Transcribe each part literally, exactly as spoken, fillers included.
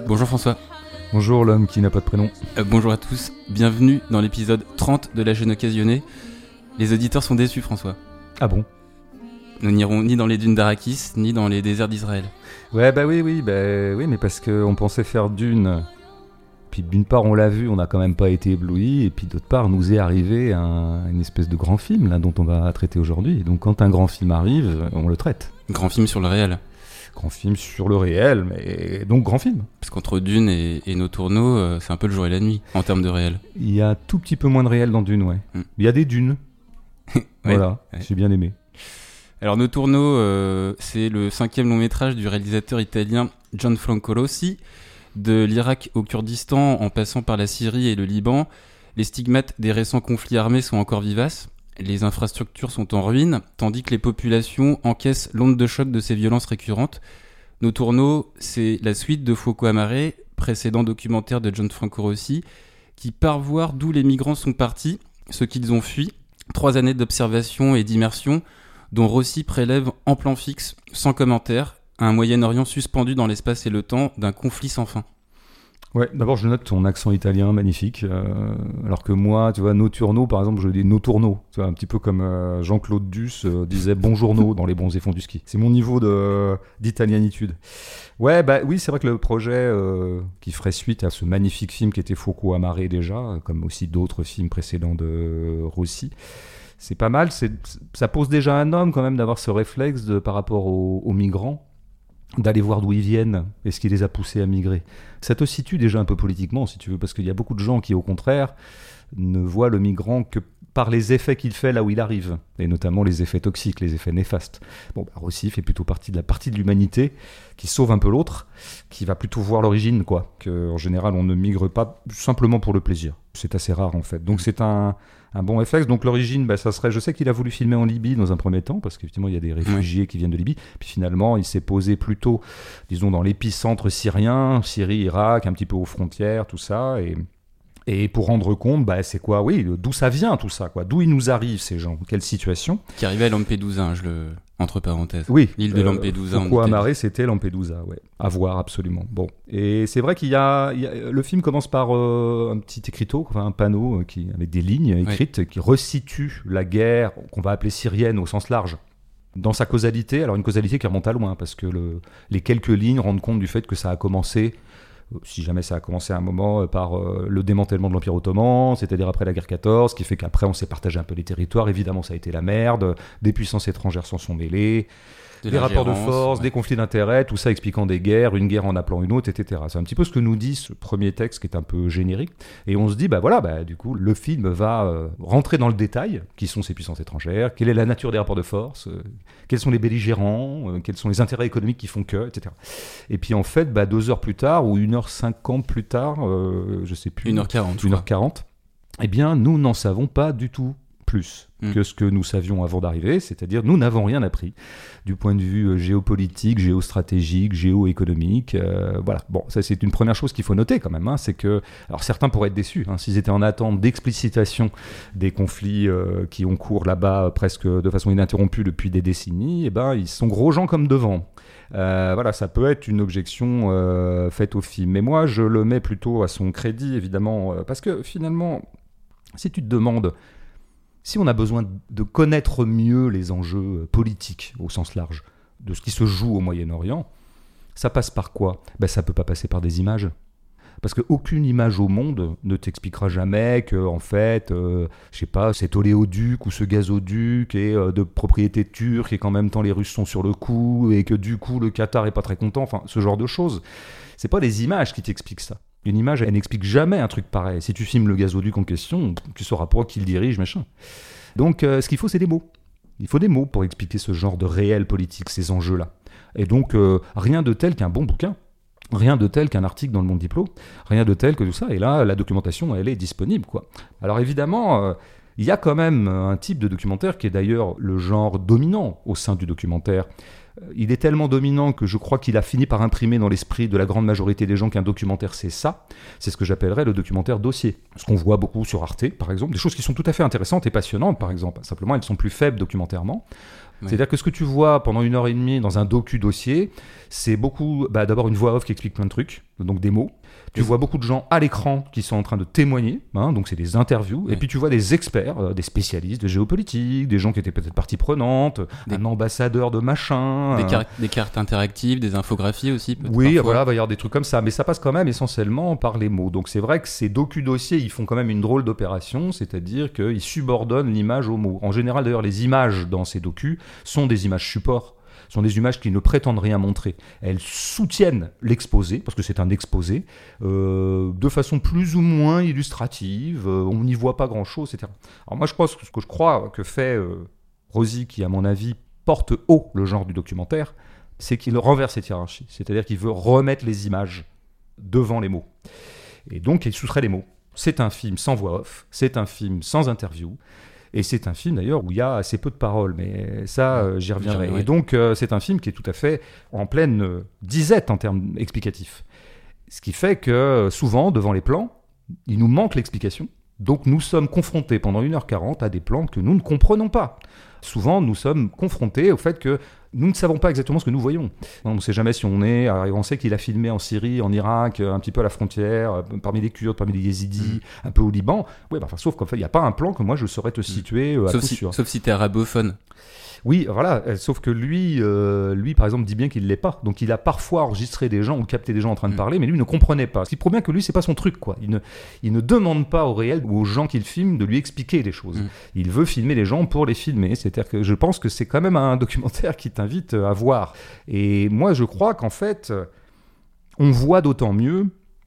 Bonjour François. Bonjour l'homme qui n'a pas de prénom. Euh, bonjour à tous, bienvenue dans l'épisode trente de La Chaîne Occasionnée. Les auditeurs sont déçus François. Ah bon? Nous n'irons ni dans les dunes d'Arrakis, ni dans les déserts d'Israël. Ouais bah oui, oui, bah, oui mais parce qu'on pensait faire Dune. Puis d'une part on l'a vu, on n'a quand même pas été ébloui, et puis d'autre part nous est arrivé un, une espèce de grand film là, dont on va traiter aujourd'hui. Et donc quand un grand film arrive, on le traite. Grand film sur le réel. Grand film sur le réel, mais donc grand film. Parce qu'entre Dune et, et nos tourneaux, euh, c'est un peu le jour et la nuit en termes de réel. Il y a un tout petit peu moins de réel dans Dune, ouais. Mm. Il y a des dunes. ouais, voilà, ouais. J'ai bien aimé. Alors Nos tourneaux, euh, c'est le cinquième long métrage du réalisateur italien Gianfranco Rosi. De l'Irak au Kurdistan, en passant par la Syrie et le Liban, les stigmates des récents conflits armés sont encore vivaces. Les infrastructures sont en ruine, tandis que les populations encaissent l'onde de choc de ces violences récurrentes. Nos tourneaux, c'est la suite de Fuoco a Mare, précédent documentaire de Gianfranco Rosi, qui part voir d'où les migrants sont partis, ce qu'ils ont fui. Trois années d'observation et d'immersion, dont Rosi prélève en plan fixe, sans commentaire, un Moyen-Orient suspendu dans l'espace et le temps d'un conflit sans fin. Ouais, d'abord je note ton accent italien magnifique, euh, alors que moi, tu vois, nos tourneaux, par exemple, je dis nos tourneaux, tu vois, un petit peu comme euh, Jean-Claude Duss euh, disait bonjourno dans Les Bons et Fonds du Ski. C'est mon niveau de, d'italianitude. Ouais, bah oui, c'est vrai que le projet euh, qui ferait suite à ce magnifique film qui était Fuoco a Mare déjà, comme aussi d'autres films précédents de Rossi, c'est pas mal. C'est, ça pose déjà un homme quand même d'avoir ce réflexe de, par rapport aux, aux migrants, d'aller voir d'où ils viennent et ce qui les a poussés à migrer. Ça te situe déjà un peu politiquement, si tu veux, parce qu'il y a beaucoup de gens qui, au contraire, ne voient le migrant que par les effets qu'il fait là où il arrive, et notamment les effets toxiques, les effets néfastes. Bon, bah, Rossi fait plutôt partie de la partie de l'humanité qui sauve un peu l'autre, qui va plutôt voir l'origine, quoi. Que, en général, on ne migre pas simplement pour le plaisir. C'est assez rare, en fait. Donc, c'est un... un bon réflexe. Donc l'origine, bah, ça serait, je sais qu'il a voulu filmer en Libye dans un premier temps, parce qu'effectivement il y a des réfugiés ouais. qui viennent de Libye, puis finalement il s'est posé plutôt, disons, dans l'épicentre syrien, Syrie, Irak, un petit peu aux frontières, tout ça, et, et pour rendre compte, bah, c'est quoi, oui, d'où ça vient tout ça, quoi, d'où ils nous arrivent ces gens, quelle situation. Qui arrivait à Lampedusa, hein, je le... entre parenthèses. Oui, l'île de Lampedusa. Euh, Fuoco a Mare, c'était Lampedusa, ouais. À voir, absolument. Bon, et c'est vrai qu'il y a, il y a le film commence par euh, un petit écriteau, enfin un panneau euh, qui, avec des lignes écrites ouais. qui resitue la guerre qu'on va appeler syrienne au sens large. Dans sa causalité, alors une causalité qui remonte à loin, parce que le, les quelques lignes rendent compte du fait que ça a commencé, si jamais ça a commencé à un moment, par euh, le démantèlement de l'Empire ottoman, c'est-à-dire après la guerre quatorze, ce qui fait qu'après on s'est partagé un peu les territoires, évidemment ça a été la merde, des puissances étrangères s'en sont mêlées, de des rapports de force, ouais. des conflits d'intérêts, tout ça expliquant des guerres, une guerre en appelant une autre, et cetera. C'est un petit peu ce que nous dit ce premier texte qui est un peu générique, et on se dit, bah voilà, bah, du coup, le film va euh, rentrer dans le détail, qui sont ces puissances étrangères, quelle est la nature des rapports de force, euh, quels sont les belligérants, euh, quels sont les intérêts économiques qui font que, et cetera. Et puis en fait, bah, deux heures plus tard, ou une heure cinquante plus tard, euh, je sais plus... une heure quarante. une heure quarante, eh bien, nous n'en savons pas du tout plus mmh. que ce que nous savions avant d'arriver, c'est-à-dire nous n'avons rien appris du point de vue géopolitique, géostratégique, géoéconomique. Euh, voilà. Bon, ça c'est une première chose qu'il faut noter quand même, hein, c'est que, alors certains pourraient être déçus, hein, s'ils étaient en attente d'explicitation des conflits euh, qui ont cours là-bas presque de façon ininterrompue depuis des décennies, eh ben ils sont gros gens comme devant. Euh, voilà, ça peut être une objection euh, faite au film, mais moi je le mets plutôt à son crédit évidemment, euh, parce que finalement, si tu te demandes si on a besoin de connaître mieux les enjeux politiques au sens large de ce qui se joue au Moyen-Orient, ça passe par quoi ? Ben, ça ne peut pas passer par des images. Parce qu'aucune image au monde ne t'expliquera jamais que, en fait, euh, je sais pas, cet oléoduc ou ce gazoduc est euh, de propriété turque et qu'en même temps les Russes sont sur le coup et que du coup le Qatar est pas très content, enfin ce genre de choses. C'est pas des images qui t'expliquent ça. Une image, elle n'explique jamais un truc pareil. Si tu filmes le gazoduc en question, tu sauras pas qui le dirige, machin. Donc, euh, ce qu'il faut, c'est des mots. Il faut des mots pour expliquer ce genre de réel politique, ces enjeux-là. Et donc, euh, rien de tel qu'un bon bouquin. Rien de tel qu'un article dans le Monde Diplo. Rien de tel que tout ça. Et là, la documentation, elle est disponible, quoi. Alors, évidemment, euh, il y a quand même un type de documentaire qui est d'ailleurs le genre dominant au sein du documentaire. Il est tellement dominant que je crois qu'il a fini par imprimer dans l'esprit de la grande majorité des gens qu'un documentaire c'est ça, c'est ce que j'appellerais le documentaire dossier. Ce qu'on voit beaucoup sur Arte par exemple, des choses qui sont tout à fait intéressantes et passionnantes par exemple, simplement elles sont plus faibles documentairement. Oui. C'est-à-dire que ce que tu vois pendant une heure et demie dans un docu-dossier, c'est beaucoup, bah, d'abord une voix off qui explique plein de trucs, donc des mots. Tu vois beaucoup de gens à l'écran qui sont en train de témoigner, hein, donc c'est des interviews. Oui. Et puis tu vois des experts, euh, des spécialistes de géopolitique, des gens qui étaient peut-être partie prenante, des... un ambassadeur de machin. Des, euh... car- des cartes interactives, des infographies aussi. Oui, parfois. Voilà, il va y avoir des trucs comme ça, mais ça passe quand même essentiellement par les mots. Donc c'est vrai que ces docu-dossiers, ils font quand même une drôle d'opération, c'est-à-dire qu'ils subordonnent l'image aux mots. En général, d'ailleurs, les images dans ces docus sont des images supports. Sont des images qui ne prétendent rien montrer. Elles soutiennent l'exposé, parce que c'est un exposé, euh, de façon plus ou moins illustrative, euh, on n'y voit pas grand-chose, et cetera. Alors moi, je crois, ce que je crois que fait euh, Rosi, qui à mon avis porte haut le genre du documentaire, c'est qu'il renverse cette hiérarchie, c'est-à-dire qu'il veut remettre les images devant les mots. Et donc, il soustrait les mots. C'est un film sans voix off, c'est un film sans interview, et c'est un film d'ailleurs où il y a assez peu de paroles, mais ça, euh, j'y reviendrai. Et donc, euh, c'est un film qui est tout à fait en pleine euh, disette en termes explicatifs. Ce qui fait que euh, souvent, devant les plans, il nous manque l'explication. Donc, nous sommes confrontés pendant une heure quarante à des plans que nous ne comprenons pas. Souvent, nous sommes confrontés au fait que nous ne savons pas exactement ce que nous voyons. On ne sait jamais si on est... Alors, on sait qu'il a filmé en Syrie, en Irak, un petit peu à la frontière, parmi les Kurdes, parmi les Yézidis, mmh. un peu au Liban. Oui, bah, enfin, sauf qu'en fait, il n'y a pas un plan que moi, je saurais te situer mmh. à sauf coup si, sûr. Sauf si tu es arabophone. Oui, voilà, euh, sauf que lui, euh, lui, par exemple, dit bien qu'il ne l'est pas. Donc, il a parfois enregistré des gens ou capté des gens en train de parler, mais lui ne comprenait pas. Ce qui prouve bien que lui, c'est pas son truc, quoi. Il ne, il ne demande pas au réel ou aux gens qu'il filme de lui expliquer des choses. Mm. Il veut filmer les gens pour les filmer. C'est-à-dire que je pense que c'est quand même un documentaire qui t'invite à voir. Et moi, je crois qu'en fait, on voit d'autant mieux.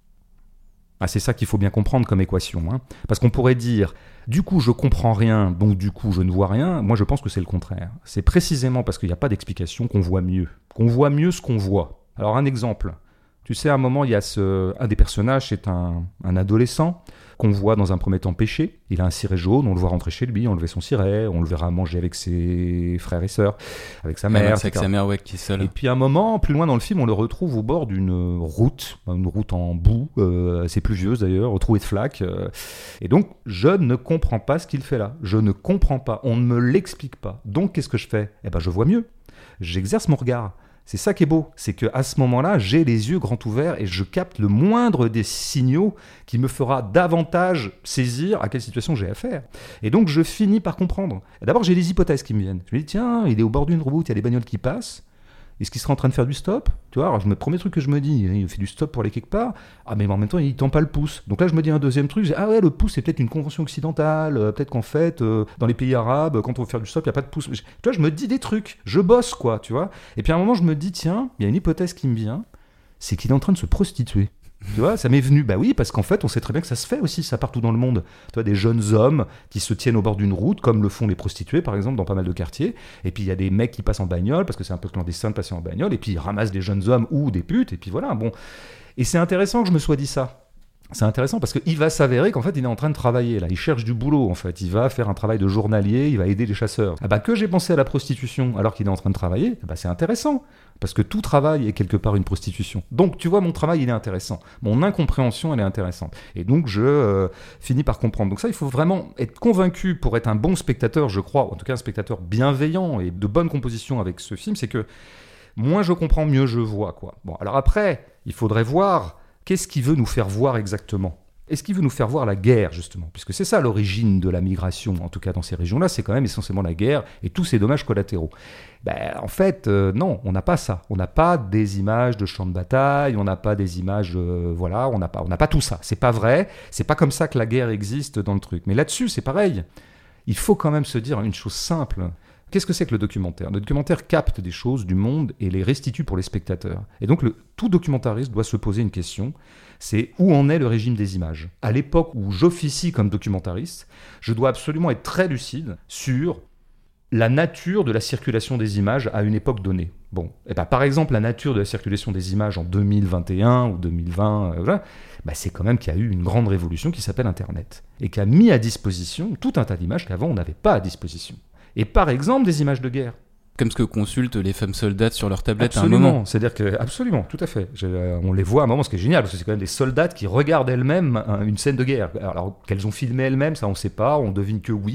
Ah, c'est ça qu'il faut bien comprendre comme équation. Hein. Parce qu'on pourrait dire, du coup, je comprends rien, donc du coup, je ne vois rien. Moi, je pense que c'est le contraire. C'est précisément parce qu'il n'y a pas d'explication qu'on voit mieux. Qu'on voit mieux ce qu'on voit. Alors, un exemple. Tu sais, à un moment, il y a ce... un des personnages, c'est un, un adolescent qu'on voit dans un premier temps pêcher. Il a un ciré jaune, on le voit rentrer chez lui, enlever son ciré, on le verra manger avec ses frères et sœurs, avec sa mère, ouais, avec sa mère, ouais, qui est seule. Et puis à un moment, plus loin dans le film, on le retrouve au bord d'une route, une route en boue, euh, assez pluvieuse d'ailleurs, trouée de flaques. Euh, et donc, je ne comprends pas ce qu'il fait là. Je ne comprends pas. On ne me l'explique pas. Donc, qu'est-ce que je fais ? Eh ben, je vois mieux. J'exerce mon regard. C'est ça qui est beau, c'est qu'à ce moment-là, j'ai les yeux grands ouverts et je capte le moindre des signaux qui me fera davantage saisir à quelle situation j'ai affaire. Et donc, je finis par comprendre. Et d'abord, j'ai des hypothèses qui me viennent. Je me dis, tiens, il est au bord d'une route, il y a des bagnoles qui passent. Est-ce qu'il sera en train de faire du stop ? Tu vois, alors, le premier truc que je me dis, il fait du stop pour aller quelque part. Ah, mais en même temps, il ne tend pas le pouce. Donc là, je me dis un deuxième truc. Dis, ah ouais, le pouce, c'est peut-être une convention occidentale. Euh, peut-être qu'en fait, euh, dans les pays arabes, quand on veut faire du stop, il n'y a pas de pouce. Tu vois, je me dis des trucs. Je bosse, quoi, tu vois. Et puis à un moment, je me dis, tiens, il y a une hypothèse qui me vient. C'est qu'il est en train de se prostituer. Tu vois, ça m'est venu. Bah oui, parce qu'en fait, on sait très bien que ça se fait aussi, ça partout dans le monde. Tu vois, des jeunes hommes qui se tiennent au bord d'une route, comme le font les prostituées, par exemple, dans pas mal de quartiers. Et puis, il y a des mecs qui passent en bagnole, parce que c'est un peu clandestin de passer en bagnole, et puis ils ramassent des jeunes hommes ou des putes, et puis voilà, bon. Et c'est intéressant que je me sois dit ça. C'est intéressant parce qu'il va s'avérer qu'en fait, il est en train de travailler, là. Il cherche du boulot, en fait. Il va faire un travail de journalier, il va aider les chasseurs. Ah bah, que j'ai pensé à la prostitution alors qu'il est en train de travailler, bah, c'est intéressant. Parce que tout travail est quelque part une prostitution. Donc, tu vois, mon travail, il est intéressant. Mon incompréhension, elle est intéressante. Et donc, je euh, finis par comprendre. Donc ça, il faut vraiment être convaincu pour être un bon spectateur, je crois, en tout cas un spectateur bienveillant et de bonne composition avec ce film, c'est que moins je comprends, mieux je vois, quoi. Bon, alors après, il faudrait voir qu'est-ce qu'il veut nous faire voir exactement. Est-ce qu'il veut nous faire voir la guerre, justement ? Puisque c'est ça l'origine de la migration, en tout cas dans ces régions-là, c'est quand même essentiellement la guerre et tous ces dommages collatéraux. Ben, en fait, euh, non, on n'a pas ça. On n'a pas des images de champs de bataille, on n'a pas des images... Euh, voilà, on n'a pas, on n'a pas tout ça. C'est pas vrai, c'est pas comme ça que la guerre existe dans le truc. Mais là-dessus, c'est pareil. Il faut quand même se dire une chose simple. Qu'est-ce que c'est que le documentaire ? Le documentaire capte des choses du monde et les restitue pour les spectateurs. Et donc, le, tout documentariste doit se poser une question, c'est où en est le régime des images ? À l'époque où j'officie comme documentariste, je dois absolument être très lucide sur la nature de la circulation des images à une époque donnée. Bon, et ben, par exemple, la nature de la circulation des images en deux mille vingt et un ou deux mille vingt, euh, voilà, ben, c'est quand même qu'il y a eu une grande révolution qui s'appelle Internet, et qui a mis à disposition tout un tas d'images qu'avant on n'avait pas à disposition. Et par exemple, des images de guerre. Comme ce que consultent les femmes soldates sur leur tablette absolument. à un moment. C'est-à-dire que, absolument, tout à fait. Je, euh, on les voit à un moment, ce qui est génial, parce que c'est quand même des soldates qui regardent elles-mêmes un, une scène de guerre. Alors, qu'elles ont filmé elles-mêmes, ça on ne sait pas, on devine que oui.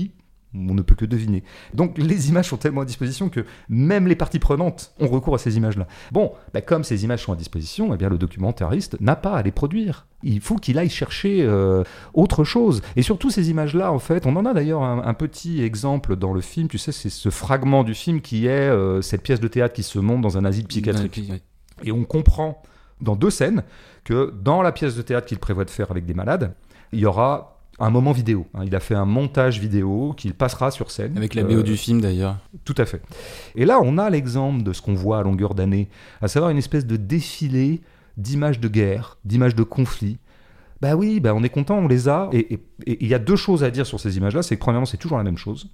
On ne peut que deviner. Donc les images sont tellement à disposition que même les parties prenantes ont recours à ces images-là. Bon, bah, comme ces images sont à disposition, eh bien, le documentariste n'a pas à les produire. Il faut qu'il aille chercher euh, autre chose. Et surtout ces images-là, en fait, on en a d'ailleurs un, un petit exemple dans le film, tu sais, c'est ce fragment du film qui est euh, cette pièce de théâtre qui se monte dans un asile psychiatrique. Ouais, ouais. Et on comprend dans deux scènes que dans la pièce de théâtre qu'il prévoit de faire avec des malades, il y aura un moment vidéo. Il a fait un montage vidéo qu'il passera sur scène. Avec la B O euh, du film d'ailleurs. Tout à fait. Et là, on a l'exemple de ce qu'on voit à longueur d'année, à savoir une espèce de défilé d'images de guerre, d'images de conflit. Bah oui, bah on est content, on les a. Et il y a deux choses à dire sur ces images-là. C'est que premièrement, c'est toujours la même chose.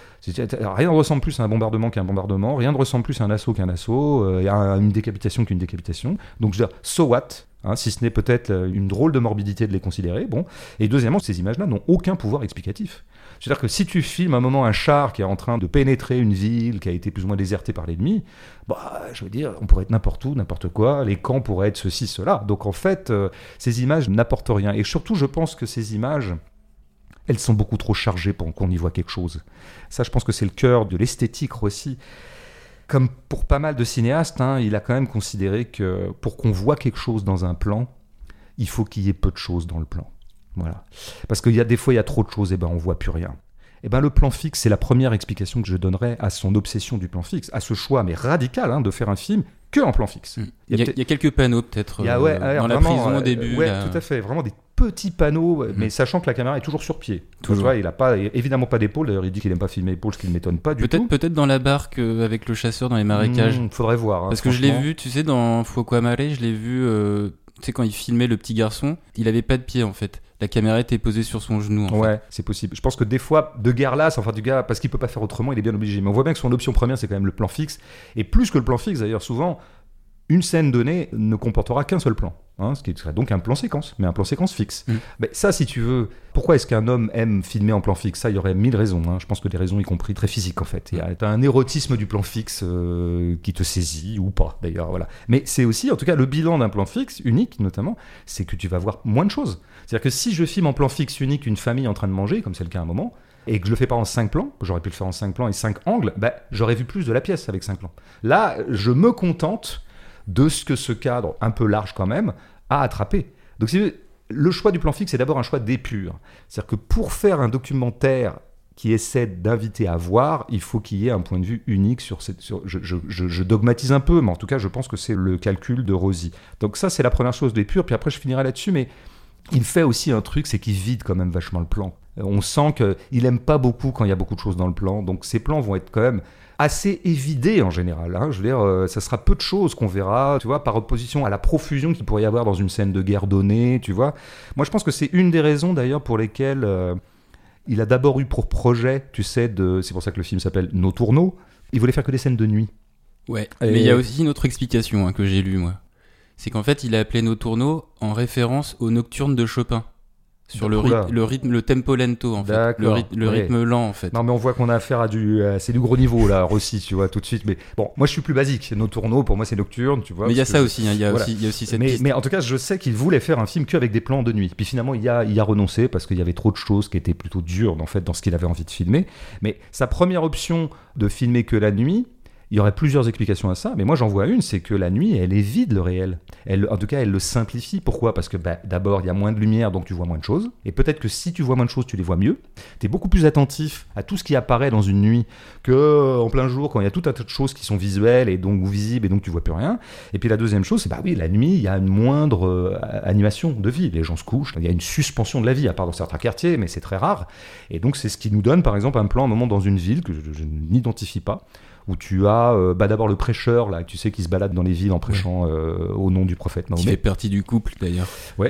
Rien ne ressemble plus à un bombardement qu'un bombardement. Rien ne ressemble plus à un assaut qu'un assaut. Euh, à une décapitation qu'une décapitation. Donc je veux dire, so what ? Hein, si ce n'est peut-être une drôle de morbidité de les considérer. Bon. Et deuxièmement, ces images-là n'ont aucun pouvoir explicatif. C'est-à-dire que si tu filmes à un moment un char qui est en train de pénétrer une ville qui a été plus ou moins désertée par l'ennemi, bah, je veux dire, on pourrait être n'importe où, n'importe quoi, les camps pourraient être ceci, cela. Donc en fait, euh, ces images n'apportent rien. Et surtout, je pense que ces images, elles sont beaucoup trop chargées pour qu'on y voit quelque chose. Ça, je pense que c'est le cœur de l'esthétique aussi. Comme pour pas mal de cinéastes, hein, il a quand même considéré que pour qu'on voit quelque chose dans un plan, il faut qu'il y ait peu de choses dans le plan. Voilà. Parce qu'il y a des fois, il y a trop de choses, et ben on voit plus rien. Et ben le plan fixe, c'est la première explication que je donnerais à son obsession du plan fixe, à ce choix, mais radical, hein, de faire un film que en plan fixe. Il y a, il y a quelques panneaux peut-être il y a, ouais, euh, dans vraiment, la prison au début. Euh, ouais, là... tout à fait. Vraiment des petits panneaux, mmh. mais sachant que la caméra est toujours sur pied. Toujours. Tu vois, il n'a pas, évidemment pas d'épaule. D'ailleurs, il dit qu'il n'aime pas filmer l'épaule, ce qui ne m'étonne pas du peut-être, tout. Peut-être dans la barque euh, avec le chasseur dans les marécages. Mmh, faudrait voir. Hein, Parce que je l'ai vu, tu sais, dans Fuoco Amare, je l'ai vu, euh, tu sais, quand il filmait le petit garçon, il avait pas de pied en fait. La caméra était posée sur son genou. En ouais, fait. C'est possible. Je pense que des fois, de guerre là, enfin du gars, parce qu'il peut pas faire autrement, il est bien obligé. Mais on voit bien que son option première, c'est quand même le plan fixe. Et plus que le plan fixe, d'ailleurs, souvent, une scène donnée ne comportera qu'un seul plan. Hein, ce qui serait donc un plan séquence, mais un plan séquence fixe. Mmh. Mais ça, si tu veux, pourquoi est-ce qu'un homme aime filmer en plan fixe ? Ça, il y aurait mille raisons. Hein. Je pense que des raisons, y compris très physiques, en fait. Il y a un érotisme du plan fixe euh, qui te saisit, ou pas, d'ailleurs. Voilà. Mais c'est aussi, en tout cas, le bilan d'un plan fixe, unique notamment, c'est que tu vas voir moins de choses. C'est-à-dire que si je filme en plan fixe unique une famille en train de manger, comme c'est le cas à un moment, et que je le fais pas en cinq plans, j'aurais pu le faire en cinq plans et cinq angles, bah, j'aurais vu plus de la pièce avec cinq plans. Là, je me contente de ce que ce cadre, un peu large quand même, a attrapé. Donc si le choix du plan fixe est d'abord un choix d'épure. C'est-à-dire que pour faire un documentaire qui essaie d'inviter à voir, il faut qu'il y ait un point de vue unique sur cette... Sur, je, je, je, je dogmatise un peu, mais en tout cas, je pense que c'est le calcul de Rosy. Donc ça, c'est la première chose d'épure, puis après, je finirai là-dessus, mais il fait aussi un truc, c'est qu'il vide quand même vachement le plan. On sent qu'il n'aime pas beaucoup quand il y a beaucoup de choses dans le plan, donc ces plans vont être quand même assez évidés en général. Hein. Je veux dire, euh, ça sera peu de choses qu'on verra, tu vois, par opposition à la profusion qu'il pourrait y avoir dans une scène de guerre donnée, tu vois. Moi, je pense que c'est une des raisons d'ailleurs pour lesquelles euh, il a d'abord eu pour projet, tu sais, de... c'est pour ça que le film s'appelle Nos Tourneaux, il voulait faire que des scènes de nuit. Ouais, et... mais il y a aussi une autre explication hein, que j'ai lue, moi. C'est qu'en fait, il a appelé Nos Tourneaux en référence aux Nocturnes de Chopin. Sur le, ryth- le rythme, le tempo lento en fait, D'accord, le, ryth- le ouais. rythme lent en fait. Non mais on voit qu'on a affaire à du, euh, c'est du gros niveau là, Rossi, tu vois tout de suite. Mais bon, moi je suis plus basique. Nos Tourneaux, pour moi c'est nocturne, tu vois. Mais il y a ça je... aussi, il hein, y a voilà. aussi, il y a aussi cette mais, piste. Mais en tout cas, je sais qu'il voulait faire un film qu'avec des plans de nuit. Puis finalement, il y a, il y a renoncé parce qu'il y avait trop de choses qui étaient plutôt dures en fait dans ce qu'il avait envie de filmer. Mais sa première option de filmer que la nuit. Il y aurait plusieurs explications à ça, mais moi j'en vois une, c'est que la nuit, elle évite le réel. Elle, en tout cas, elle le simplifie. Pourquoi ? Parce que bah, d'abord, il y a moins de lumière, donc tu vois moins de choses. Et peut-être que si tu vois moins de choses, tu les vois mieux. Tu es beaucoup plus attentif à tout ce qui apparaît dans une nuit qu'en plein jour, quand il y a tout un tas de choses qui sont visuelles et donc visibles, et donc tu vois plus rien. Et puis la deuxième chose, c'est bah oui, la nuit, il y a une moindre euh, animation de vie. Les gens se couchent, il y a une suspension de la vie, à part dans certains quartiers, mais c'est très rare. Et donc c'est ce qui nous donne, par exemple, un plan, un moment dans une ville que je, je n'identifie pas, où tu as euh, bah d'abord le prêcheur là, tu sais, qui se balade dans les villes en prêchant ouais. euh, au nom du prophète Mahomet. Qui fait partie du couple d'ailleurs. Ouais.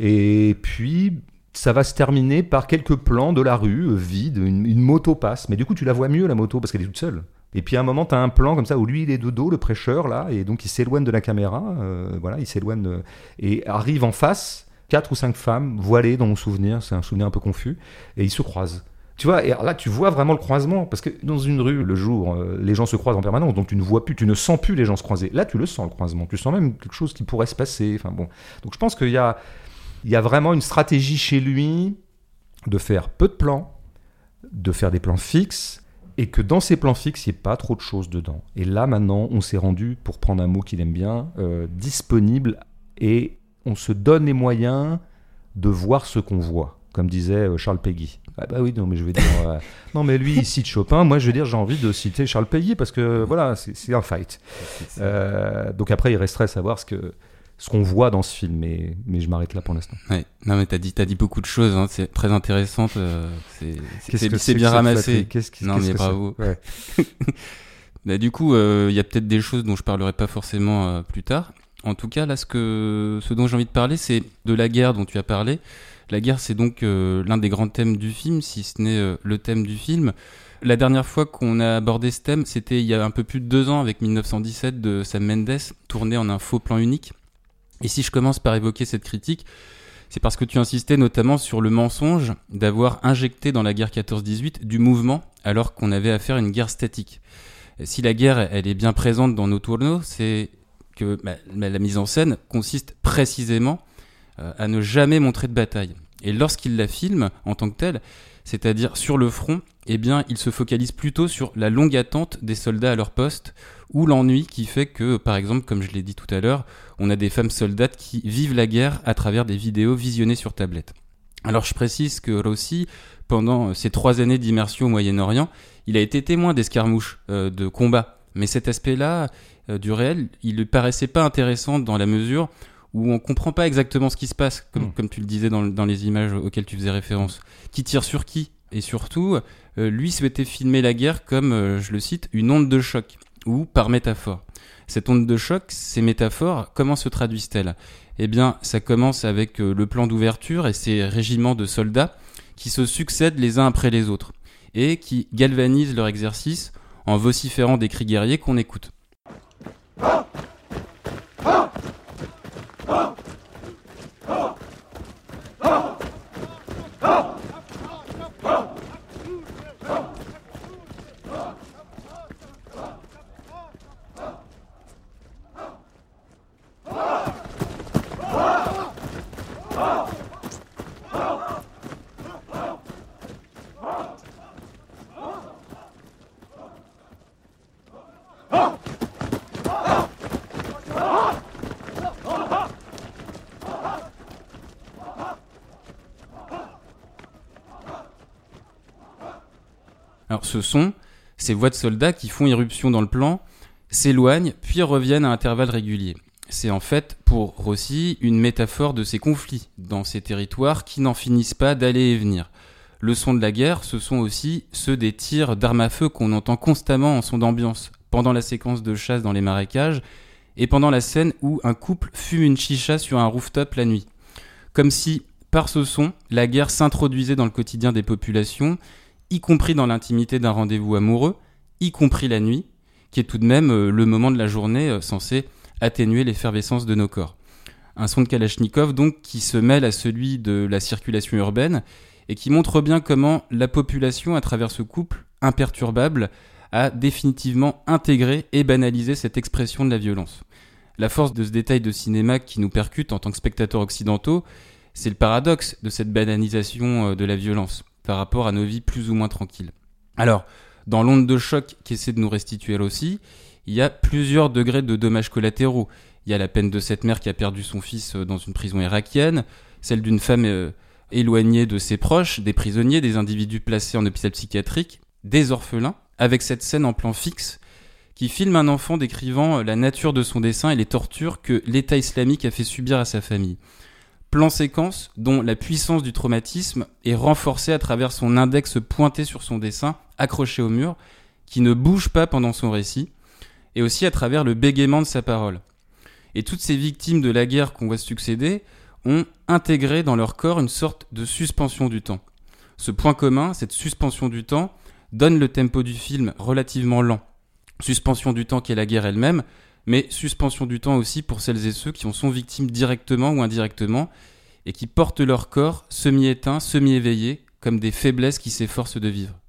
Et puis ça va se terminer par quelques plans de la rue euh, vide, une, une moto passe, mais du coup tu la vois mieux la moto parce qu'elle est toute seule. Et puis à un moment tu as un plan comme ça où lui il est de dos, le prêcheur là, et donc il s'éloigne de la caméra, euh, voilà, il s'éloigne de... et arrive en face quatre ou cinq femmes voilées dans mon souvenir, c'est un souvenir un peu confus, et ils se croisent. Tu vois, et là, tu vois vraiment le croisement, parce que dans une rue, le jour, euh, les gens se croisent en permanence, donc tu ne vois plus, tu ne sens plus les gens se croiser. Là, tu le sens, le croisement. Tu sens même quelque chose qui pourrait se passer. Enfin bon. Donc je pense qu'il y a, il y a vraiment une stratégie chez lui de faire peu de plans, de faire des plans fixes, et que dans ces plans fixes, il n'y ait pas trop de choses dedans. Et là, maintenant, on s'est rendu, pour prendre un mot qu'il aime bien, euh, disponible, et on se donne les moyens de voir ce qu'on voit, comme disait Charles Péguy. Ah bah oui, non mais je vais dire, euh, non mais lui il cite Chopin, moi je veux dire j'ai envie de citer Charles Péguy parce que voilà, c'est, c'est un fight. Euh, donc après il resterait à savoir ce que ce qu'on voit dans ce film, mais, mais je m'arrête là pour l'instant. Ouais. Non mais t'as dit t'as dit beaucoup de choses, hein. C'est très intéressant, euh, c'est c'est, c'est, c'est bien que ramassé. Qu'est-ce, qu'est-ce, non qu'est-ce mais que bravo. Ouais. Bah, du coup, il euh, y a peut-être des choses dont je parlerai pas forcément euh, plus tard. En tout cas, là, ce que ce dont j'ai envie de parler, c'est de la guerre dont tu as parlé. La guerre, c'est donc euh, l'un des grands thèmes du film, si ce n'est euh, le thème du film. La dernière fois qu'on a abordé ce thème, c'était il y a un peu plus de deux ans avec mille neuf cent dix-sept de Sam Mendes, tourné en un faux plan unique. Et si je commence par évoquer cette critique, c'est parce que tu insistais notamment sur le mensonge d'avoir injecté dans la guerre quatorze dix-huit du mouvement alors qu'on avait affaire à une guerre statique. Et si la guerre, elle est bien présente dans nos tourneaux, c'est que bah, la mise en scène consiste précisément euh, à ne jamais montrer de bataille. Et lorsqu'il la filme en tant que telle, c'est-à-dire sur le front, eh bien, il se focalise plutôt sur la longue attente des soldats à leur poste ou l'ennui qui fait que, par exemple, comme je l'ai dit tout à l'heure, on a des femmes soldates qui vivent la guerre à travers des vidéos visionnées sur tablette. Alors je précise que Rossi, pendant ses trois années d'immersion au Moyen-Orient, il a été témoin d'escarmouches, euh, de combats. Mais cet aspect-là euh, du réel, il lui paraissait pas intéressant dans la mesure où on comprend pas exactement ce qui se passe, comme, mmh. comme tu le disais dans, dans les images auxquelles tu faisais référence. Qui tire sur qui ? Et surtout, euh, lui souhaitait filmer la guerre comme, euh, je le cite, une onde de choc, ou par métaphore. Cette onde de choc, ces métaphores, comment se traduisent-elles ? Eh bien, ça commence avec euh, le plan d'ouverture et ces régiments de soldats qui se succèdent les uns après les autres et qui galvanisent leur exercice en vociférant des cris guerriers qu'on écoute. Alors ce son, ces voix de soldats qui font irruption dans le plan, s'éloignent puis reviennent à intervalles réguliers. C'est en fait, pour Rossi, une métaphore de ces conflits dans ces territoires qui n'en finissent pas d'aller et venir. Le son de la guerre, ce sont aussi ceux des tirs d'armes à feu qu'on entend constamment en son d'ambiance, pendant la séquence de chasse dans les marécages et pendant la scène où un couple fume une chicha sur un rooftop la nuit. Comme si, par ce son, la guerre s'introduisait dans le quotidien des populations, y compris dans l'intimité d'un rendez-vous amoureux, y compris la nuit, qui est tout de même euh, le moment de la journée euh, censé atténuer l'effervescence de nos corps. Un son de Kalachnikov, donc, qui se mêle à celui de la circulation urbaine et qui montre bien comment la population, à travers ce couple imperturbable, a définitivement intégré et banalisé cette expression de la violence. La force de ce détail de cinéma qui nous percute en tant que spectateurs occidentaux, c'est le paradoxe de cette banalisation euh, de la violence par rapport à nos vies plus ou moins tranquilles. Alors, dans l'onde de choc qu'essaie de nous restituer elle aussi, il y a plusieurs degrés de dommages collatéraux. Il y a la peine de cette mère qui a perdu son fils dans une prison irakienne, celle d'une femme euh, éloignée de ses proches, des prisonniers, des individus placés en hôpital psychiatrique, des orphelins, avec cette scène en plan fixe qui filme un enfant décrivant la nature de son dessin et les tortures que l'État islamique a fait subir à sa famille. Plan séquence dont la puissance du traumatisme est renforcée à travers son index pointé sur son dessin, accroché au mur, qui ne bouge pas pendant son récit, et aussi à travers le bégaiement de sa parole. Et toutes ces victimes de la guerre qu'on voit succéder ont intégré dans leur corps une sorte de suspension du temps. Ce point commun, cette suspension du temps, donne le tempo du film relativement lent. Suspension du temps qu'est la guerre elle-même, mais suspension du temps aussi pour celles et ceux qui en sont victimes directement ou indirectement et qui portent leur corps semi-éteint, semi-éveillé, comme des faiblesses qui s'efforcent de vivre.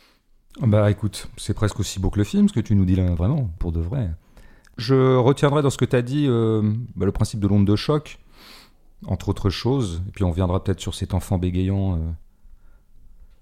Bah écoute, c'est presque aussi beau que le film, ce que tu nous dis là, vraiment, pour de vrai. Je retiendrai dans ce que tu as dit euh, bah, le principe de l'onde de choc, entre autres choses, et puis on reviendra peut-être sur cet enfant bégayant. Euh...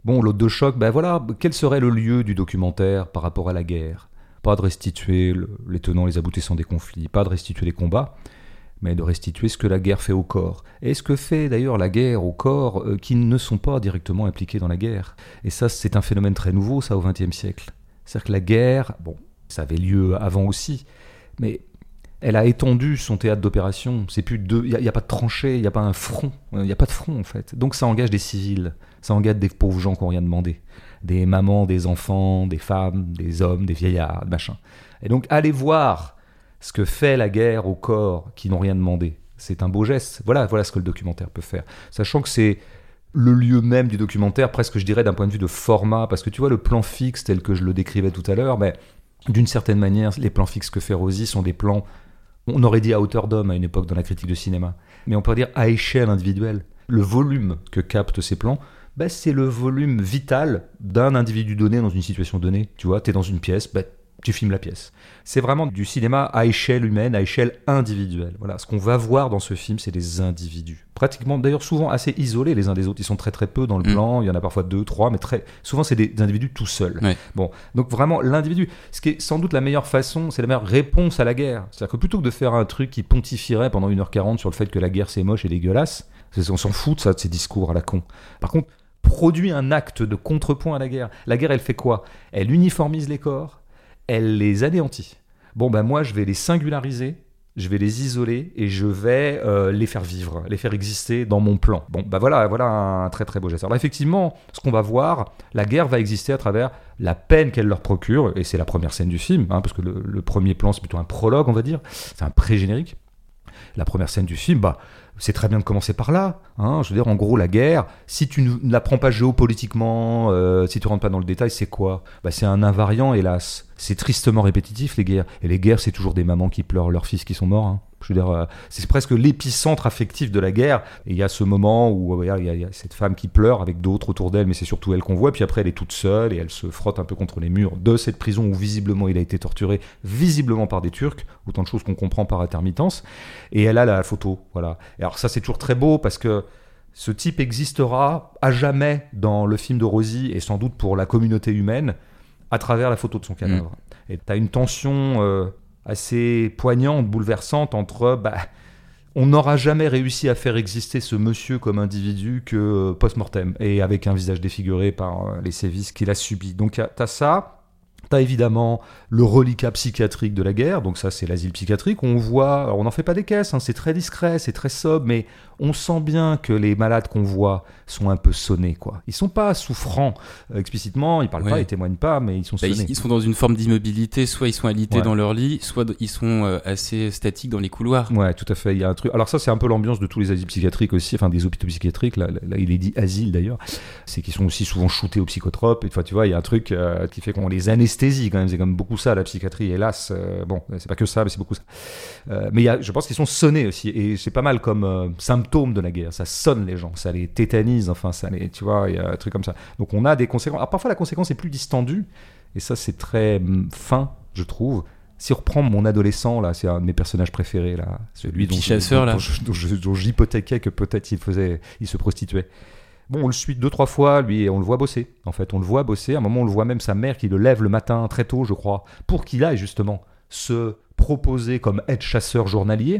Bon, l'hôte de choc, ben voilà, quel serait le lieu du documentaire par rapport à la guerre ? Pas de restituer le, les tenants, les aboutissants des conflits, pas de restituer les combats, mais de restituer ce que la guerre fait au corps. Et ce que fait d'ailleurs la guerre au corps euh, qui ne sont pas directement impliqués dans la guerre. Et ça, c'est un phénomène très nouveau, ça, au vingtième siècle. C'est-à-dire que la guerre, bon, ça avait lieu avant aussi, mais elle a étendu son théâtre d'opération. C'est plus deux, il n'y a, a pas de tranchée, il n'y a pas un front, il n'y a pas de front en fait. Donc ça engage des civils, ça engage des pauvres gens qui n'ont rien demandé. Des mamans, des enfants, des femmes, des hommes, des vieillards, machin. Et donc allez voir ce que fait la guerre au corps qui n'ont rien demandé. C'est un beau geste. Voilà, voilà ce que le documentaire peut faire. Sachant que c'est le lieu même du documentaire, presque je dirais d'un point de vue de format, parce que tu vois le plan fixe tel que je le décrivais tout à l'heure, mais d'une certaine manière, les plans fixes que fait Rosy sont des plans, on aurait dit à hauteur d'homme à une époque dans la critique de cinéma, mais on pourrait dire à échelle individuelle. Le volume que captent ces plans, ben c'est le volume vital d'un individu donné dans une situation donnée. Tu vois, tu es dans une pièce, ben tu filmes la pièce. C'est vraiment du cinéma à échelle humaine, à échelle individuelle. Voilà, ce qu'on va voir dans ce film, c'est des individus. Pratiquement, d'ailleurs, souvent assez isolés les uns des autres. Ils sont très très peu dans le mmh. plan. Il y en a parfois deux, trois, mais très souvent c'est des individus tout seuls. Ouais. Bon, donc vraiment l'individu. Ce qui est sans doute la meilleure façon, c'est la meilleure réponse à la guerre. C'est-à-dire que plutôt que de faire un truc qui pontifierait pendant une heure quarante sur le fait que la guerre c'est moche et dégueulasse, on s'en fout de ça, de ces discours à la con. Par contre, produit un acte de contrepoint à la guerre. La guerre, elle fait quoi ? Elle uniformise les corps. Elle les anéantit. Bon, ben moi, je vais les singulariser, je vais les isoler et je vais euh, les faire vivre, les faire exister dans mon plan. Bon, ben voilà, voilà un très très beau geste. Alors effectivement, ce qu'on va voir, la guerre va exister à travers la peine qu'elle leur procure, et c'est la première scène du film, hein, parce que le, le premier plan, c'est plutôt un prologue, on va dire, c'est un pré-générique. La première scène du film, bah, c'est très bien de commencer par là. Hein. Je veux dire, en gros, la guerre, si tu ne la prends pas géopolitiquement, euh, si tu ne rentres pas dans le détail, c'est quoi ? Bah, c'est un invariant, hélas. C'est tristement répétitif, les guerres. Et les guerres, c'est toujours des mamans qui pleurent leurs fils qui sont morts. Hein. Je veux dire, euh, c'est presque l'épicentre affectif de la guerre. Et il y a ce moment où il euh, y, y, y a cette femme qui pleure avec d'autres autour d'elle, mais c'est surtout elle qu'on voit. Puis après, elle est toute seule et elle se frotte un peu contre les murs de cette prison où visiblement il a été torturé, visiblement par des Turcs. Autant de choses qu'on comprend par intermittence. Et elle a la photo, voilà. Et alors ça, c'est toujours très beau parce que ce type existera à jamais dans le film de Rosy et sans doute pour la communauté humaine à travers la photo de son cadavre. Mmh. Et tu as une tension euh, assez poignante, bouleversante entre... Bah, on n'aura jamais réussi à faire exister ce monsieur comme individu que euh, post-mortem et avec un visage défiguré par euh, les sévices qu'il a subis. Donc tu as ça... T'as évidemment le reliquat psychiatrique de la guerre, donc ça c'est l'asile psychiatrique, on voit, alors on n'en fait pas des caisses, hein, c'est très discret, c'est très sobre, mais on sent bien que les malades qu'on voit sont un peu sonnés, quoi. Ils sont pas souffrants euh, explicitement, ils parlent ouais. pas, ils témoignent pas, mais ils sont bah, sonnés. Ils, ils sont dans une forme d'immobilité, soit ils sont alités ouais. dans leur lit, soit ils sont euh, assez statiques dans les couloirs. Ouais, tout à fait, il y a un truc. Alors ça c'est un peu l'ambiance de tous les asiles psychiatriques aussi, enfin des hôpitaux psychiatriques, là, là il est dit asile d'ailleurs, c'est qu'ils sont aussi souvent shootés aux psychotropes, et tu vois, il y a un truc euh, qui fait qu'on les anesthésie quand même, c'est quand même beaucoup ça la psychiatrie, hélas, euh, bon, c'est pas que ça, mais c'est beaucoup ça. Euh, mais il y a, je pense qu'ils sont sonnés aussi, et c'est pas mal comme euh, symptôme de la guerre, ça sonne les gens, ça les tétanise, enfin ça les, tu vois, il y a un truc comme ça. Donc on a des conséquences. Alors parfois la conséquence est plus distendue, et ça c'est très hum, fin, je trouve. Si on reprend mon adolescent, là, c'est un de mes personnages préférés, là, celui dont, chasseur, dont, là. dont, dont, dont, dont j'hypothéquais que peut-être il faisait, il se prostituait. Bon, on le suit deux, trois fois, lui, et on le voit bosser. En fait, on le voit bosser. À un moment, on le voit même sa mère qui le lève le matin, très tôt, je crois, pour qu'il aille justement se proposer comme aide-chasseur journalier.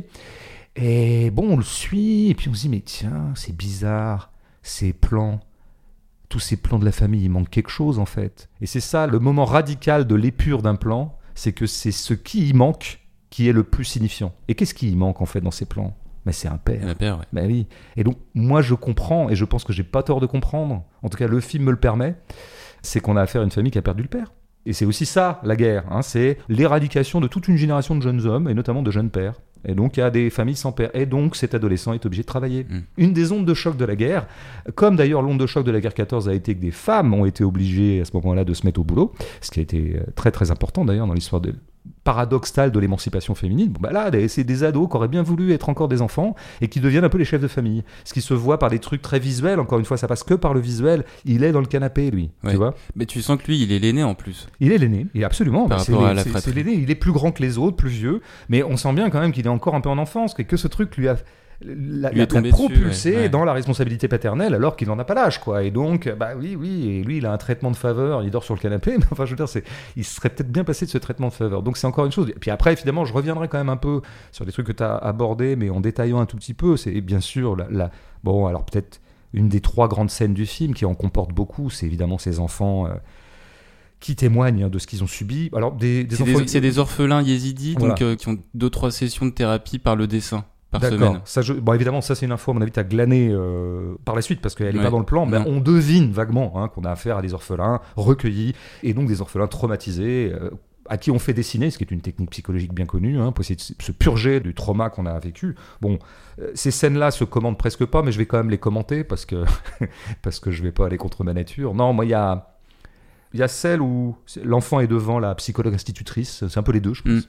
Et bon, on le suit, et puis on se dit, mais tiens, c'est bizarre, ces plans, tous ces plans de la famille, il manque quelque chose, en fait. Et c'est ça, le moment radical de l'épure d'un plan, c'est que c'est ce qui y manque qui est le plus signifiant. Et qu'est-ce qui y manque, en fait, dans ces plans ? Mais c'est un père. Un père, ouais. Ben oui. Et donc, moi, je comprends, et je pense que j'ai pas tort de comprendre, en tout cas, le film me le permet, c'est qu'on a affaire à une famille qui a perdu le père. Et c'est aussi ça, la guerre, hein, c'est l'éradication de toute une génération de jeunes hommes, et notamment de jeunes pères. Et donc, il y a des familles sans père. Et donc, cet adolescent est obligé de travailler. Mmh. Une des ondes de choc de la guerre, comme d'ailleurs l'onde de choc de la guerre quatorze a été que des femmes ont été obligées, à ce moment-là, de se mettre au boulot, ce qui a été très, très important, d'ailleurs, dans l'histoire de... paradoxal de l'émancipation féminine. Bon, bah là, c'est des ados qui auraient bien voulu être encore des enfants et qui deviennent un peu les chefs de famille. Ce qui se voit par des trucs très visuels. Encore une fois, ça passe que par le visuel. Il est dans le canapé, lui. Ouais. Tu vois ? Mais tu sens que lui, il est l'aîné en plus. Il est l'aîné, et absolument. Par bah, rapport c'est, à la c'est, fratrie. c'est l'aîné. Il est plus grand que les autres, plus vieux. Mais on sent bien quand même qu'il est encore un peu en enfance, que, que ce truc lui a la, Lui la, est tombé la propulser dessus, ouais, ouais. dans la responsabilité paternelle alors qu'il n'en a pas l'âge, quoi. Et donc, bah oui, oui, et lui, il a un traitement de faveur, il dort sur le canapé, mais enfin, je veux dire, c'est, il serait peut-être bien passé de ce traitement de faveur. Donc, c'est encore une chose. Et puis après, évidemment, je reviendrai quand même un peu sur des trucs que tu as abordés, mais en détaillant un tout petit peu. C'est bien sûr, la, la... bon, alors peut-être une des trois grandes scènes du film qui en comporte beaucoup, c'est évidemment ces enfants. Euh, qui témoignent de ce qu'ils ont subi. Alors, des, des c'est, enfants... des, c'est des orphelins yézidis, Voilà. donc, euh, qui ont deux trois sessions de thérapie par le dessin, par D'accord. semaine. Ça, je... Bon, évidemment, ça, c'est une info, à mon avis, tu as glané euh, par la suite, parce qu'elle n'est Ouais. pas dans le plan. Mais Non. on devine vaguement hein, qu'on a affaire à des orphelins recueillis, et donc des orphelins traumatisés, euh, à qui on fait dessiner, ce qui est une technique psychologique bien connue, hein, pour essayer de se purger du trauma qu'on a vécu. Bon, euh, ces scènes-là se commandent presque pas, mais je vais quand même les commenter, parce que, parce que je vais pas aller contre ma nature. Non, moi, il y a... Il y a celle où l'enfant est devant la psychologue institutrice, c'est un peu les deux, je pense. Mm.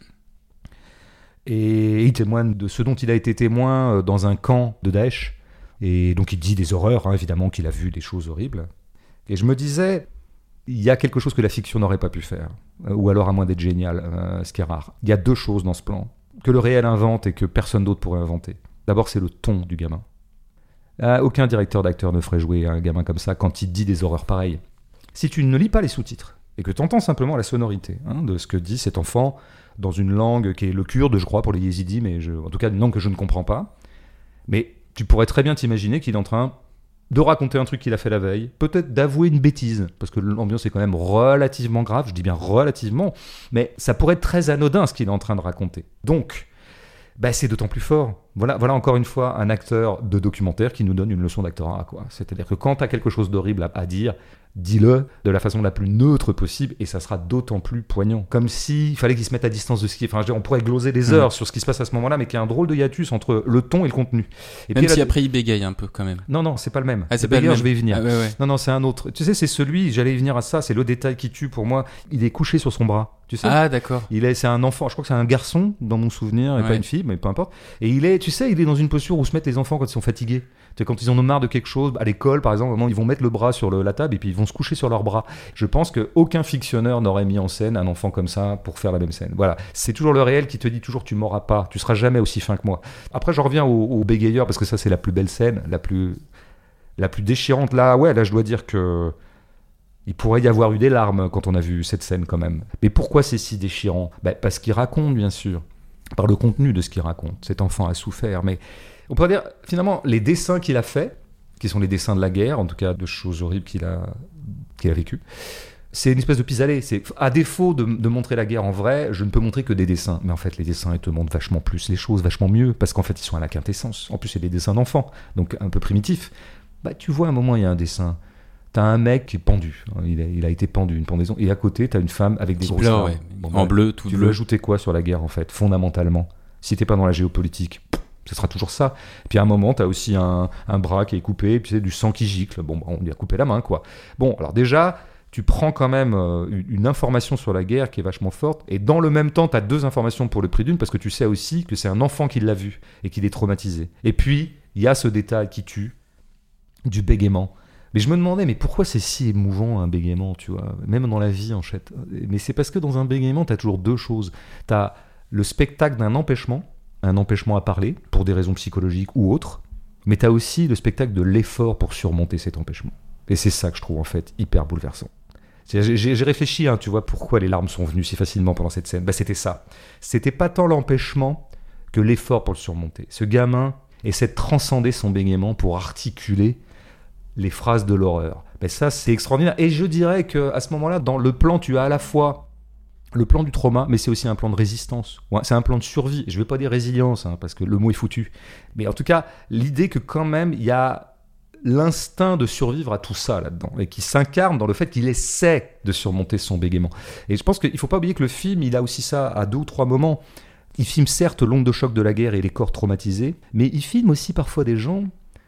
Et il témoigne de ce dont il a été témoin dans un camp de Daesh. Et donc il dit des horreurs, hein, évidemment, qu'il a vu des choses horribles. Et je me disais, il y a quelque chose que la fiction n'aurait pas pu faire, ou alors à moins d'être génial, euh, ce qui est rare. Il y a deux choses dans ce plan, que le réel invente et que personne d'autre pourrait inventer. D'abord, c'est le ton du gamin. Ah, aucun directeur d'acteur ne ferait jouer un gamin comme ça quand il dit des horreurs pareilles. Si tu ne lis pas les sous-titres et que tu entends simplement la sonorité hein, de ce que dit cet enfant dans une langue qui est le kurde, je crois, pour les yézidis, mais je, en tout cas une langue que je ne comprends pas, mais tu pourrais très bien t'imaginer qu'il est en train de raconter un truc qu'il a fait la veille, peut-être d'avouer une bêtise, parce que l'ambiance est quand même relativement grave, je dis bien relativement, mais ça pourrait être très anodin ce qu'il est en train de raconter. Donc, bah, c'est d'autant plus fort. Voilà, voilà encore une fois un acteur de documentaire qui nous donne une leçon d'actorat, quoi. C'est-à-dire que quand tu as quelque chose d'horrible à, à dire, dis-le de la façon la plus neutre possible et ça sera d'autant plus poignant. Comme s'il fallait qu'il se mette à distance de ce qui est. Enfin, je veux dire, on pourrait gloser des heures mmh. sur ce qui se passe à ce moment-là, mais qu'il y a un drôle de hiatus entre le ton et le contenu. Et même puis, si là, après il bégaye un peu quand même. Non, non, c'est pas le même. Ah, c'est le pas bégaye, le même. Je vais y venir. Ah, ouais, ouais. Non, non, c'est un autre. Tu sais, c'est celui, j'allais y venir à ça, c'est le détail qui tue pour moi. Il est couché sur son bras. Tu sais, ah d'accord. Il est, c'est un enfant, je crois que c'est un garçon dans mon souvenir, et ouais. pas une fille, mais peu importe. Et il est, tu sais, il est dans une posture où se mettent les enfants quand ils sont fatigués. Tu sais, quand ils en ont marre de quelque chose, à l'école par exemple, ils vont mettre le bras sur le, la table et puis ils vont se coucher sur leurs bras. Je pense qu'aucun fictionneur n'aurait mis en scène un enfant comme ça pour faire la même scène. Voilà, c'est toujours le réel qui te dit toujours tu m'auras pas, tu seras jamais aussi fin que moi. Après, je reviens au, au bégayeur parce que ça c'est la plus belle scène, la plus, la plus déchirante. Là, ouais, là je dois dire que il pourrait y avoir eu des larmes quand on a vu cette scène quand même. Mais pourquoi c'est si déchirant ? Ben, parce qu'il raconte, bien sûr, par le contenu de ce qu'il raconte. Cet enfant a souffert, mais on pourrait dire, finalement, les dessins qu'il a faits, qui sont les dessins de la guerre, en tout cas de choses horribles qu'il a, qu'il a vécues, c'est une espèce de pis-aller. C'est, à défaut de, de montrer la guerre en vrai, je ne peux montrer que des dessins. Mais en fait, les dessins, ils te montrent vachement plus les choses, vachement mieux, parce qu'en fait, ils sont à la quintessence. En plus, c'est des dessins d'enfants, donc un peu primitifs. Bah, tu vois, à un moment, il y a un dessin. T'as un mec qui est pendu, il a, il a été pendu, une pendaison, et à côté t'as une femme avec des grosses pleure, larmes. ouais. Bon, en bah, bleu, tout tu bleu. veux ajouter quoi sur la guerre en fait, fondamentalement ? Si t'es pas dans la géopolitique, ce sera toujours ça. Puis à un moment t'as aussi un, un bras qui est coupé, et puis c'est du sang qui gicle. Bon, bah, on lui a coupé la main quoi. Bon, alors déjà tu prends quand même euh, une information sur la guerre qui est vachement forte, et dans le même temps t'as deux informations pour le prix d'une, parce que tu sais aussi que c'est un enfant qui l'a vu et qu'il est traumatisé. Et puis il y a ce détail qui tue, du bégaiement. Mais je me demandais, mais pourquoi c'est si émouvant un bégaiement, tu vois, même dans la vie en fait. Mais c'est parce que dans un bégaiement, t'as toujours deux choses. T'as le spectacle d'un empêchement, un empêchement à parler, pour des raisons psychologiques ou autres, mais t'as aussi le spectacle de l'effort pour surmonter cet empêchement. Et c'est ça que je trouve en fait hyper bouleversant. J'ai, j'ai, j'ai réfléchi, hein, tu vois, pourquoi les larmes sont venues si facilement pendant cette scène. Bah, c'était ça. C'était pas tant l'empêchement que l'effort pour le surmonter. Ce gamin essaie de transcender son bégaiement pour articuler les phrases de l'horreur. Mais ça, c'est extraordinaire. Et je dirais qu'à ce moment-là, dans le plan, tu as à la fois le plan du trauma, mais c'est aussi un plan de résistance. Ouais, c'est un plan de survie. Je ne vais pas dire résilience, hein, parce que le mot est foutu. Mais en tout cas, l'idée que quand même, il y a l'instinct de survivre à tout ça là-dedans, et qui s'incarne dans le fait qu'il essaie de surmonter son bégaiement. Et je pense qu'il ne faut pas oublier que le film, il a aussi ça à deux ou trois moments. Il filme certes l'onde de choc de la guerre et les corps traumatisés, mais il filme aussi parfois des gens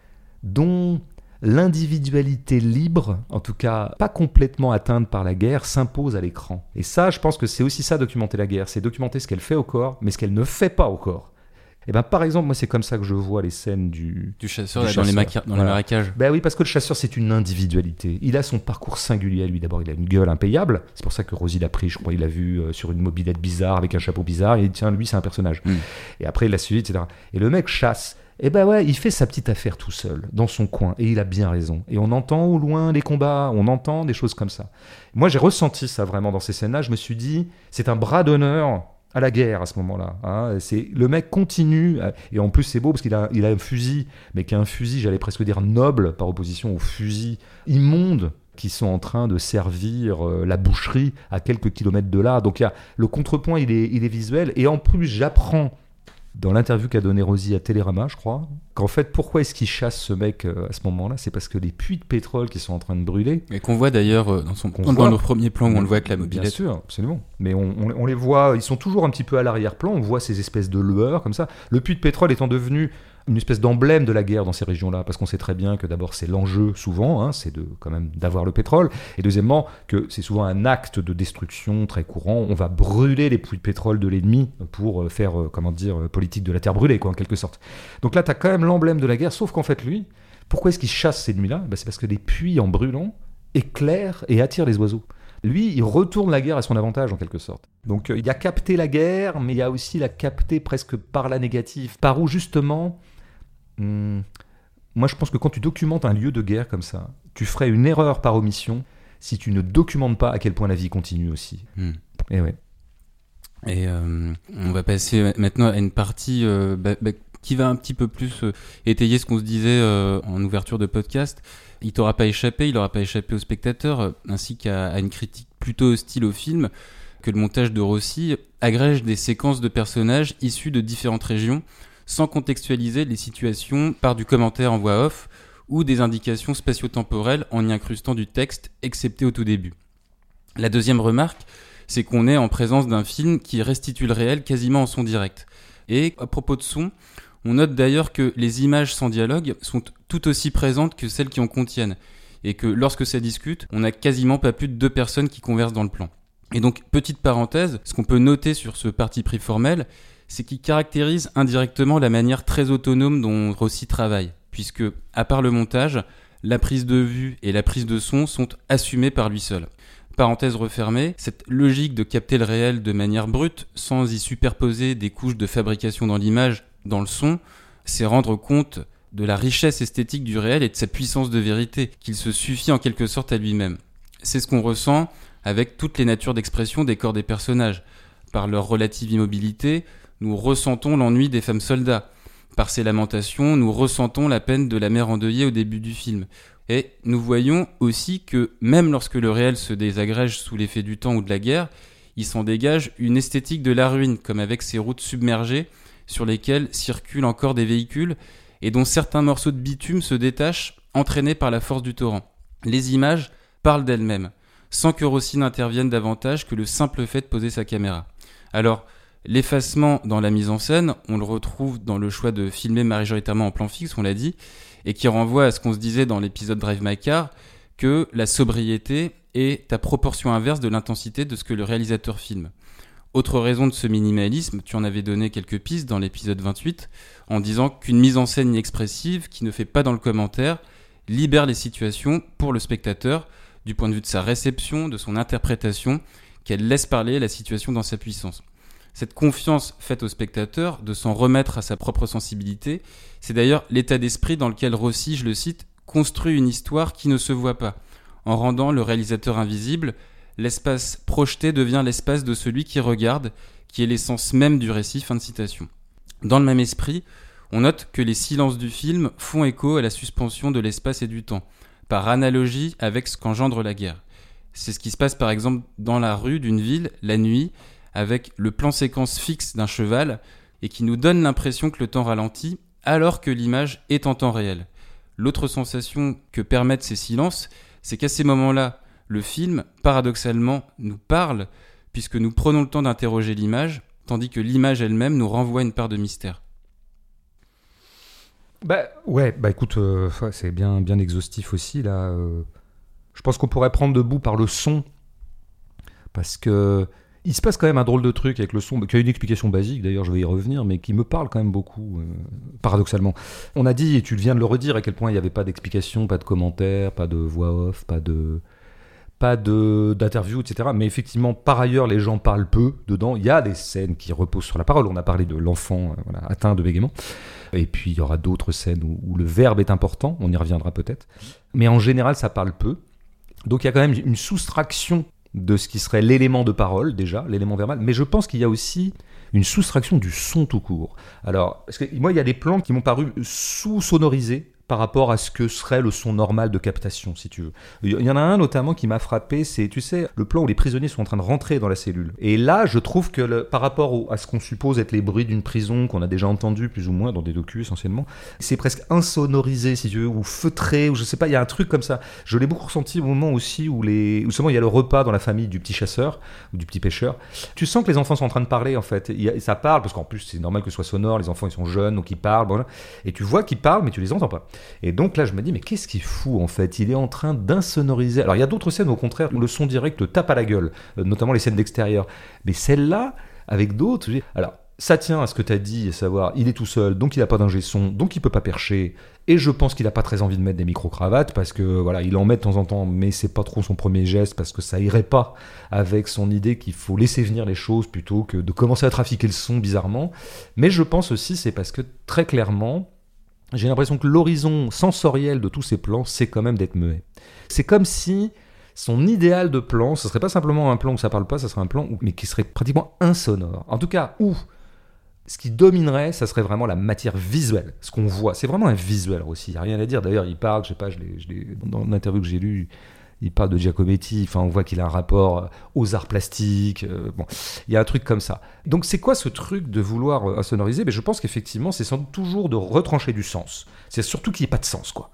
dont l'individualité libre, en tout cas pas complètement atteinte par la guerre, s'impose à l'écran. Et ça, je pense que c'est aussi ça, documenter la guerre. C'est documenter ce qu'elle fait au corps, mais ce qu'elle ne fait pas au corps. Et ben, par exemple, moi, c'est comme ça que je vois les scènes du... Du chasseur, du là, chasseur. dans, les, maca- dans voilà. les marécages. Ben oui, parce que le chasseur, c'est une individualité. Il a son parcours singulier à lui. D'abord, il a une gueule impayable. C'est pour ça que Rosie l'a pris, je crois, il l'a vu euh, sur une mobilette bizarre, avec un chapeau bizarre. Et il dit, tiens, lui, c'est un personnage. Mm. Et après, il l'a suivi, et cetera. Et le mec chasse. Et ben ouais, il fait sa petite affaire tout seul, dans son coin, et il a bien raison. Et on entend au loin les combats, on entend des choses comme ça. Moi, j'ai ressenti ça vraiment dans ces scènes-là. Je me suis dit, c'est un bras d'honneur à la guerre à ce moment-là. Hein. C'est, le mec continue, et en plus c'est beau parce qu'il a, il a un fusil, mais qui est un fusil, j'allais presque dire noble, par opposition aux fusils immondes qui sont en train de servir euh, la boucherie à quelques kilomètres de là. Donc y a, le contrepoint, il est, il est visuel, et en plus j'apprends dans l'interview qu'a donné Rosie à Télérama, je crois, qu'en fait, pourquoi est-ce qu'il chasse ce mec euh, à ce moment-là ? C'est parce que les puits de pétrole qui sont en train de brûler... Et qu'on voit d'ailleurs euh, dans, son, dans, dans nos premiers plans où on le voit avec la mobilette. Bien sûr, absolument. Mais on, on, on les voit, ils sont toujours un petit peu à l'arrière-plan, on voit ces espèces de lueurs comme ça. Le puits de pétrole étant devenu une espèce d'emblème de la guerre dans ces régions-là, parce qu'on sait très bien que d'abord c'est l'enjeu souvent, hein, c'est de, quand même d'avoir le pétrole, et deuxièmement que c'est souvent un acte de destruction très courant, on va brûler les puits de pétrole de l'ennemi pour faire, euh, comment dire, politique de la terre brûlée, quoi, en quelque sorte. Donc là, tu as quand même l'emblème de la guerre, sauf qu'en fait, lui, pourquoi est-ce qu'il chasse ces nuits-là ? Ben, c'est parce que les puits, en brûlant, éclairent et attirent les oiseaux. Lui, il retourne la guerre à son avantage, en quelque sorte. Donc, euh, il y a capté la guerre, mais il y a aussi la capté presque par la négative, par où, justement... Hum, moi, je pense que quand tu documentes un lieu de guerre comme ça, tu ferais une erreur par omission si tu ne documentes pas à quel point la vie continue aussi. Mmh. Et ouais. Et euh, on va passer maintenant à une partie euh, bah, bah, qui va un petit peu plus euh, étayer ce qu'on se disait euh, en ouverture de podcast. Il t'aura pas échappé, il aura pas échappé aux spectateurs, euh, ainsi qu'à à une critique plutôt hostile au film, que le montage de Rossi agrège des séquences de personnages issus de différentes régions, sans contextualiser les situations par du commentaire en voix off ou des indications spatio-temporelles en y incrustant du texte, excepté au tout début. La deuxième remarque, c'est qu'on est en présence d'un film qui restitue le réel quasiment en son direct. Et à propos de son, on note d'ailleurs que les images sans dialogue sont tout aussi présentes que celles qui en contiennent, et que lorsque ça discute, on n'a quasiment pas plus de deux personnes qui conversent dans le plan. Et donc, petite parenthèse, ce qu'on peut noter sur ce parti pris formel, c'est qu'il caractérise indirectement la manière très autonome dont Rossi travaille, puisque, à part le montage, la prise de vue et la prise de son sont assumées par lui seul. Parenthèse refermée, cette logique de capter le réel de manière brute, sans y superposer des couches de fabrication dans l'image, dans le son, c'est rendre compte de la richesse esthétique du réel et de sa puissance de vérité, qu'il se suffit en quelque sorte à lui-même. C'est ce qu'on ressent avec toutes les natures d'expression des corps des personnages. Par leur relative immobilité, nous ressentons l'ennui des femmes soldats. Par ces lamentations, nous ressentons la peine de la mère endeuillée au début du film. Et nous voyons aussi que, même lorsque le réel se désagrège sous l'effet du temps ou de la guerre, il s'en dégage une esthétique de la ruine, comme avec ces routes submergées sur lesquelles circulent encore des véhicules et dont certains morceaux de bitume se détachent, entraînés par la force du torrent. Les images parlent d'elles-mêmes, sans que Rossi n'intervienne davantage que le simple fait de poser sa caméra. Alors, l'effacement dans la mise en scène, on le retrouve dans le choix de filmer majoritairement en plan fixe, on l'a dit, et qui renvoie à ce qu'on se disait dans l'épisode Drive My Car, que la sobriété est à proportion inverse de l'intensité de ce que le réalisateur filme. Autre raison de ce minimalisme, tu en avais donné quelques pistes dans l'épisode vingt-huit, en disant qu'une mise en scène inexpressive, qui ne fait pas dans le commentaire, libère les situations pour le spectateur, du point de vue de sa réception, de son interprétation, qu'elle laisse parler la situation dans sa puissance. Cette confiance faite au spectateur de s'en remettre à sa propre sensibilité, c'est d'ailleurs l'état d'esprit dans lequel Rossi, je le cite, construit une histoire qui ne se voit pas. En rendant le réalisateur invisible, l'espace projeté devient l'espace de celui qui regarde, qui est l'essence même du récit. Fin de citation. Dans le même esprit, on note que les silences du film font écho à la suspension de l'espace et du temps, par analogie avec ce qu'engendre la guerre. C'est ce qui se passe par exemple dans la rue d'une ville, la nuit, avec le plan séquence fixe d'un cheval, et qui nous donne l'impression que le temps ralentit, alors que l'image est en temps réel. L'autre sensation que permettent ces silences, c'est qu'à ces moments-là, le film, paradoxalement, nous parle, puisque nous prenons le temps d'interroger l'image, tandis que l'image elle-même nous renvoie une part de mystère. Bah ouais, bah écoute, euh, c'est bien, bien exhaustif aussi là. Euh, je pense qu'on pourrait prendre debout par le son, parce que il se passe quand même un drôle de truc avec le son, qui a une explication basique, d'ailleurs je vais y revenir, mais qui me parle quand même beaucoup, euh, paradoxalement. On a dit, et tu viens de le redire, à quel point il n'y avait pas d'explication, pas de commentaire, pas de voix off, pas de, pas de, d'interview, et cetera. Mais effectivement, par ailleurs, les gens parlent peu dedans. Il y a des scènes qui reposent sur la parole. On a parlé de l'enfant euh, voilà, atteint de bégaiement. Et puis, il y aura d'autres scènes où, où le verbe est important. On y reviendra peut-être. Mais en général, ça parle peu. Donc, il y a quand même une soustraction de ce qui serait l'élément de parole, déjà, l'élément verbal. Mais je pense qu'il y a aussi une soustraction du son tout court. Alors, parce que moi, il y a des plans qui m'ont paru sous-sonorisés par rapport à ce que serait le son normal de captation, si tu veux. Il y en a un notamment qui m'a frappé, c'est, tu sais, le plan où les prisonniers sont en train de rentrer dans la cellule. Et là, je trouve que le, par rapport au, à ce qu'on suppose être les bruits d'une prison, qu'on a déjà entendu plus ou moins dans des docus essentiellement, c'est presque insonorisé, si tu veux, ou feutré, ou je sais pas, il y a un truc comme ça. Je l'ai beaucoup ressenti au moment aussi où les, où seulement il y a le repas dans la famille du petit chasseur, ou du petit pêcheur. Tu sens que les enfants sont en train de parler, en fait. Il y a, ça parle, parce qu'en plus, c'est normal que ce soit sonore, les enfants, ils sont jeunes, donc ils parlent, voilà. Et tu vois qu'ils parlent, mais tu les entends pas. Et donc là, je me dis, mais qu'est-ce qu'il fout en fait ? Il est en train d'insonoriser. Alors il y a d'autres scènes au contraire où le son direct te tape à la gueule, notamment les scènes d'extérieur. Mais celle-là, avec d'autres, je dis, alors ça tient à ce que tu as dit, à savoir, il est tout seul, donc il n'a pas d'ingé son, donc il peut pas percher. Et je pense qu'il n'a pas très envie de mettre des micro-cravates parce que voilà, il en met de temps en temps, mais c'est pas trop son premier geste parce que ça irait pas avec son idée qu'il faut laisser venir les choses plutôt que de commencer à trafiquer le son bizarrement. Mais je pense aussi c'est parce que très clairement, j'ai l'impression que l'horizon sensoriel de tous ces plans, c'est quand même d'être muet. C'est comme si son idéal de plan, ce serait pas simplement un plan où ça parle pas, ça serait un plan où, mais qui serait pratiquement insonore. En tout cas, où ce qui dominerait, ça serait vraiment la matière visuelle, ce qu'on voit. C'est vraiment un visuel aussi, il n'y a rien à dire. D'ailleurs, il parle, je sais pas, je l'ai, je l'ai, dans l'interview que j'ai lue, il parle de Giacometti, enfin, on voit qu'il a un rapport aux arts plastiques. Euh, bon, il y a un truc comme ça. Donc, c'est quoi ce truc de vouloir euh, insonoriser ? Mais je pense qu'effectivement, c'est sans doute toujours de retrancher du sens. C'est surtout qu'il n'y ait pas de sens, quoi.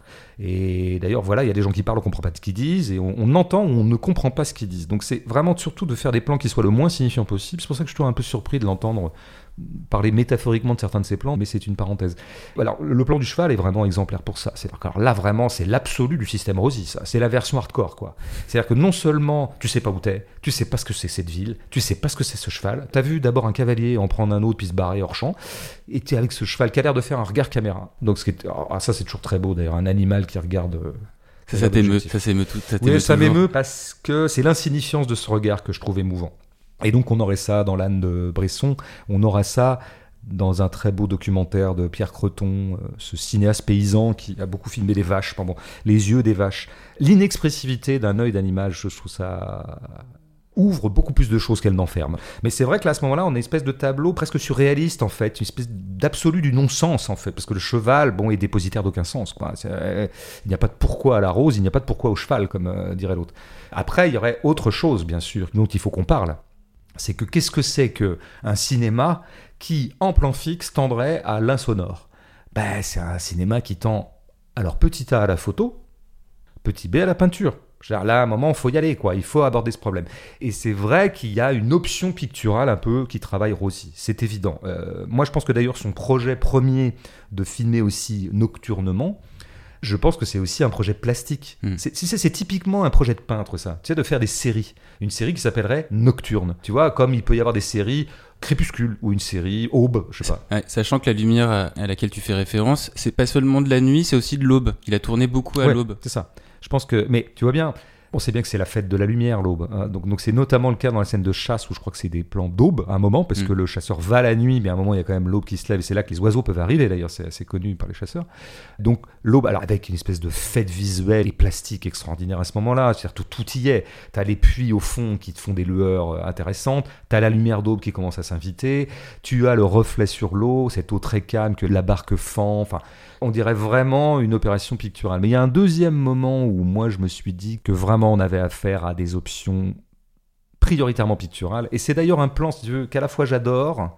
Et d'ailleurs, voilà, il y a des gens qui parlent, on ne comprend pas ce qu'ils disent, et on, on entend ou on ne comprend pas ce qu'ils disent. Donc, c'est vraiment surtout de faire des plans qui soient le moins signifiants possible. C'est pour ça que je suis un peu surpris de l'entendre parler métaphoriquement de certains de ces plans, mais c'est une parenthèse. Alors, le plan du cheval est vraiment exemplaire pour ça. C'est-à-dire que là, vraiment, c'est l'absolu du système Rosie, ça. C'est la version hardcore, quoi. C'est-à-dire que non seulement tu sais pas où t'es, tu sais pas ce que c'est cette ville, tu sais pas ce que c'est ce cheval, t'as vu d'abord un cavalier en prendre un autre puis se barrer hors champ, et t'es avec ce cheval qui a l'air de faire un regard caméra. Donc, ce qui est... ah, ça, c'est toujours très beau, d'ailleurs, un animal qui regarde... Euh... Ça, ça t'émeut, ça s'émeut tout. Ça, oui, ça m'émeut parce que c'est l'insignifiance de ce regard que je trouve émouvant. Et donc on aurait ça dans l'âne de Bresson, on aura ça dans un très beau documentaire de Pierre Creton, euh, ce cinéaste paysan qui a beaucoup filmé les vaches, pardon, les yeux des vaches. L'inexpressivité d'un œil d'animal, je trouve ça ouvre beaucoup plus de choses qu'elle n'enferme. Mais c'est vrai que là, à ce moment-là, on a une espèce de tableau presque surréaliste, en fait, une espèce d'absolu du non-sens, en fait, parce que le cheval, bon, est dépositaire d'aucun sens, quoi. C'est, euh, il n'y a pas de pourquoi à la rose, il n'y a pas de pourquoi au cheval, comme euh, dirait l'autre. Après, il y aurait autre chose, bien sûr, dont il faut qu'on parle. C'est que qu'est-ce que c'est qu'un cinéma qui, en plan fixe, tendrait à l'insonore ? Ben, c'est un cinéma qui tend, alors, petit A à la photo, petit B à la peinture. Genre là, à un moment, il faut y aller, quoi. Il faut aborder ce problème. Et c'est vrai qu'il y a une option picturale un peu qui travaille Rossi. C'est évident. Euh, moi, je pense que d'ailleurs, son projet premier de filmer aussi nocturnement, je pense que c'est aussi un projet plastique. Mmh. C'est, c'est, c'est typiquement un projet de peintre, ça. Tu sais, de faire des séries. Une série qui s'appellerait Nocturne. Tu vois, comme il peut y avoir des séries Crépuscule ou une série Aube, je sais pas. Ouais, sachant que la lumière à, à laquelle tu fais référence, c'est pas seulement de la nuit, c'est aussi de l'aube. Il a tourné beaucoup à ouais, l'aube. C'est ça. Je pense que... Mais tu vois bien... On sait bien que c'est la fête de la lumière, l'aube. Hein. Donc, donc c'est notamment le cas dans la scène de chasse où je crois que c'est des plans d'aube à un moment, parce mmh. que le chasseur va la nuit, mais à un moment il y a quand même l'aube qui se lève et c'est là que les oiseaux peuvent arriver. D'ailleurs, c'est assez connu par les chasseurs. Donc l'aube, alors avec une espèce de fête visuelle et plastique extraordinaire à ce moment-là, c'est-à-dire tout, tout y est. T'as les puits au fond qui te font des lueurs intéressantes. T'as la lumière d'aube qui commence à s'inviter. Tu as le reflet sur l'eau, cette eau très calme que la barque fend. Enfin, on dirait vraiment une opération picturale. Mais il y a un deuxième moment où moi je me suis dit que vraiment on avait affaire à des options prioritairement picturales. Et c'est d'ailleurs un plan, si tu veux, qu'à la fois j'adore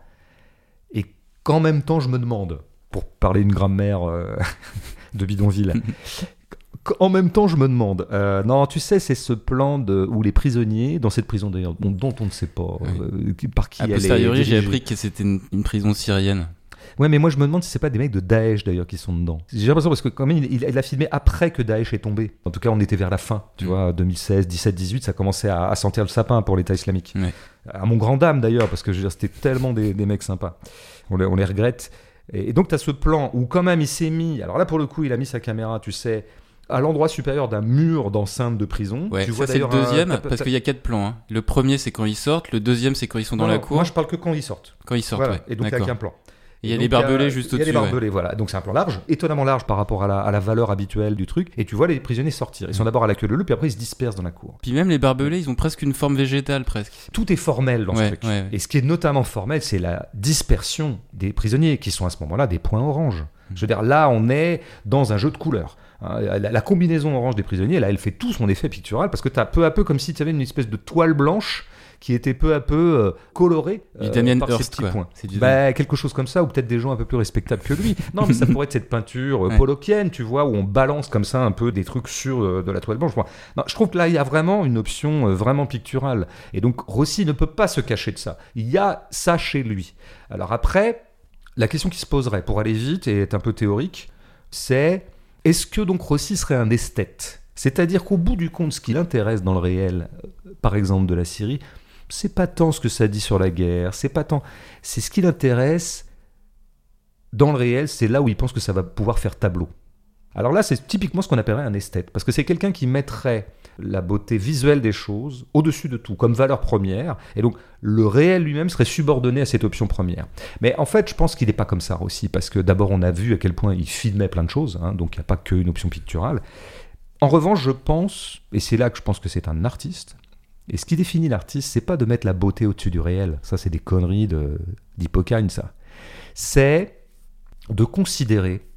et qu'en même temps je me demande, pour parler une grammaire euh, de bidonville, en même temps je me demande. Euh, non, tu sais, c'est ce plan de, où les prisonniers, dans cette prison d'ailleurs, dont, dont on ne sait pas oui. euh, par qui a elle est posteriori, dirigée. J'ai appris que c'était une, une prison syrienne. Ouais, mais moi je me demande si c'est pas des mecs de Daesh d'ailleurs qui sont dedans. J'ai l'impression parce que quand même il, il, il a filmé après que Daesh est tombé. En tout cas, on était vers la fin, tu mmh. vois, deux mille seize, dix-sept, dix-huit, ça commençait à, à sentir le sapin pour l'État islamique. Ouais. À mon grand dam d'ailleurs, parce que je veux dire, c'était tellement des, des mecs sympas. On les, on les regrette. Et, et donc tu as ce plan où quand même il s'est mis, alors là pour le coup il a mis sa caméra, tu sais, à l'endroit supérieur d'un mur d'enceinte de prison. Ouais, tu ça vois c'est le d'ailleurs deuxième, un... parce qu'il y a quatre plans. Hein. Le premier c'est quand ils sortent, le deuxième c'est quand ils sont dans non, la non, cour. Moi je parle que quand ils sortent. Quand ils sortent, voilà. ouais. Et donc il n'y a qu'un plan. Il y a les barbelés juste au-dessus. Il y a les barbelés, ouais. Voilà. Donc c'est un plan large, étonnamment large par rapport à la, à la valeur habituelle du truc. Et tu vois les prisonniers sortir. Ils sont d'abord à la queue leu-leu, puis après ils se dispersent dans la cour. Puis même les barbelés, ils ont presque une forme végétale, presque. Tout est formel dans ouais, ce truc. Ouais, ouais. Et ce qui est notamment formel, c'est la dispersion des prisonniers, qui sont à ce moment-là des points orange. Je veux dire, là, on est dans un jeu de couleurs. La, la combinaison orange des prisonniers, là, elle fait tout son effet pictural, parce que tu as peu à peu, comme si tu avais une espèce de toile blanche qui était peu à peu euh, colorée euh, par Hearst, ces petits quoi. points. C'est du bah, quelque chose comme ça, ou peut-être des gens un peu plus respectables que lui. Non, mais ça pourrait être cette peinture euh, ouais. Pollokienne, tu vois, où on balance comme ça un peu des trucs sur euh, de la toile blanche. Non, je trouve que là, il y a vraiment une option euh, vraiment picturale. Et donc, Rossi ne peut pas se cacher de ça. Il y a ça chez lui. Alors après, la question qui se poserait, pour aller vite et être un peu théorique, c'est est-ce que donc Rossi serait un esthète ? C'est-à-dire qu'au bout du compte, ce qui l'intéresse dans le réel, euh, par exemple de la Syrie, c'est pas tant ce que ça dit sur la guerre, c'est pas tant... C'est ce qui l'intéresse dans le réel, c'est là où il pense que ça va pouvoir faire tableau. Alors là, c'est typiquement ce qu'on appellerait un esthète, parce que c'est quelqu'un qui mettrait la beauté visuelle des choses au-dessus de tout, comme valeur première, et donc le réel lui-même serait subordonné à cette option première. Mais en fait, je pense qu'il n'est pas comme ça aussi, parce que d'abord, on a vu à quel point il filmait plein de choses, hein, donc il n'y a pas qu'une option picturale. En revanche, je pense, et c'est là que je pense que c'est un artiste, et ce qui définit l'artiste, c'est pas de mettre la beauté au-dessus du réel, ça c'est des conneries de, d'Hippocagne, ça. C'est de considérer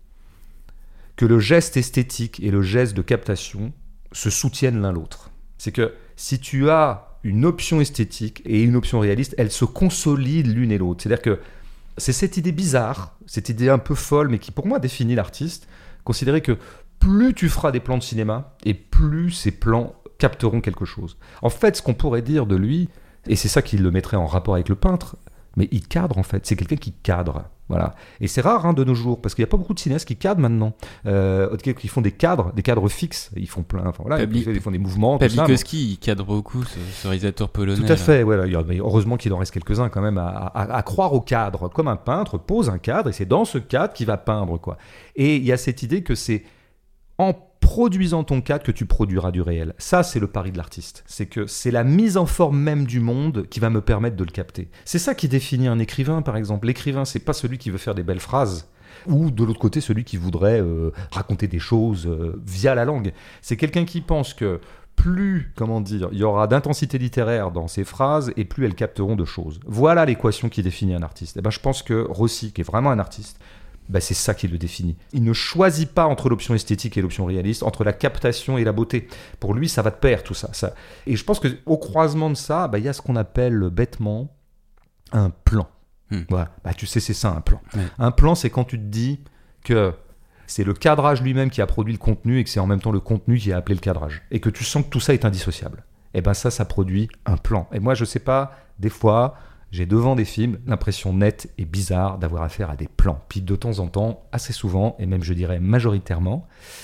que le geste esthétique et le geste de captation se soutiennent l'un l'autre. C'est que si tu as une option esthétique et une option réaliste, elles se consolident l'une et l'autre. C'est-à-dire que c'est cette idée bizarre, cette idée un peu folle, mais qui pour moi définit l'artiste, considérer que plus tu feras des plans de cinéma, et plus ces plans capteront quelque chose. En fait, ce qu'on pourrait dire de lui, et c'est ça qui le mettrait en rapport avec le peintre, mais il cadre en fait, c'est quelqu'un qui cadre. Voilà. Et c'est rare hein, de nos jours, parce qu'il n'y a pas beaucoup de cinéastes qui cadrent maintenant. Euh, qui font des cadres, des cadres fixes, ils font plein, enfin voilà, Pabli- ils font des mouvements. Pawlikowski, il cadre beaucoup, ce, ce réalisateur polonais. Tout à fait, voilà. Heureusement qu'il en reste quelques-uns quand même à, à, à croire au cadre. Comme un peintre pose un cadre, et c'est dans ce cadre qu'il va peindre, quoi. Et il y a cette idée que c'est en produisant ton cadre que tu produiras du réel. Ça, c'est le pari de l'artiste. C'est que c'est la mise en forme même du monde qui va me permettre de le capter. C'est ça qui définit un écrivain, par exemple. L'écrivain, c'est pas celui qui veut faire des belles phrases, ou de l'autre côté, celui qui voudrait euh, raconter des choses euh, via la langue. C'est quelqu'un qui pense que plus, comment dire, il y aura d'intensité littéraire dans ses phrases, et plus elles capteront de choses. Voilà l'équation qui définit un artiste. Et ben, je pense que Rossi, qui est vraiment un artiste, ben c'est ça qui le définit. Il ne choisit pas entre l'option esthétique et l'option réaliste, entre la captation et la beauté. Pour lui, ça va de pair, tout ça. ça. Et je pense qu'au croisement de ça, ben, il y a ce qu'on appelle bêtement un plan. Hmm. Voilà. Ben, tu sais, c'est ça, un plan. Ouais. Un plan, c'est quand tu te dis que c'est le cadrage lui-même qui a produit le contenu et que c'est en même temps le contenu qui a appelé le cadrage. Et que tu sens que tout ça est indissociable. Et ben ça, ça produit un plan. Et moi, je sais pas, des fois... J'ai devant des films l'impression nette et bizarre d'avoir affaire à des plans. Puis de temps en temps, assez souvent, et même je dirais majoritairement,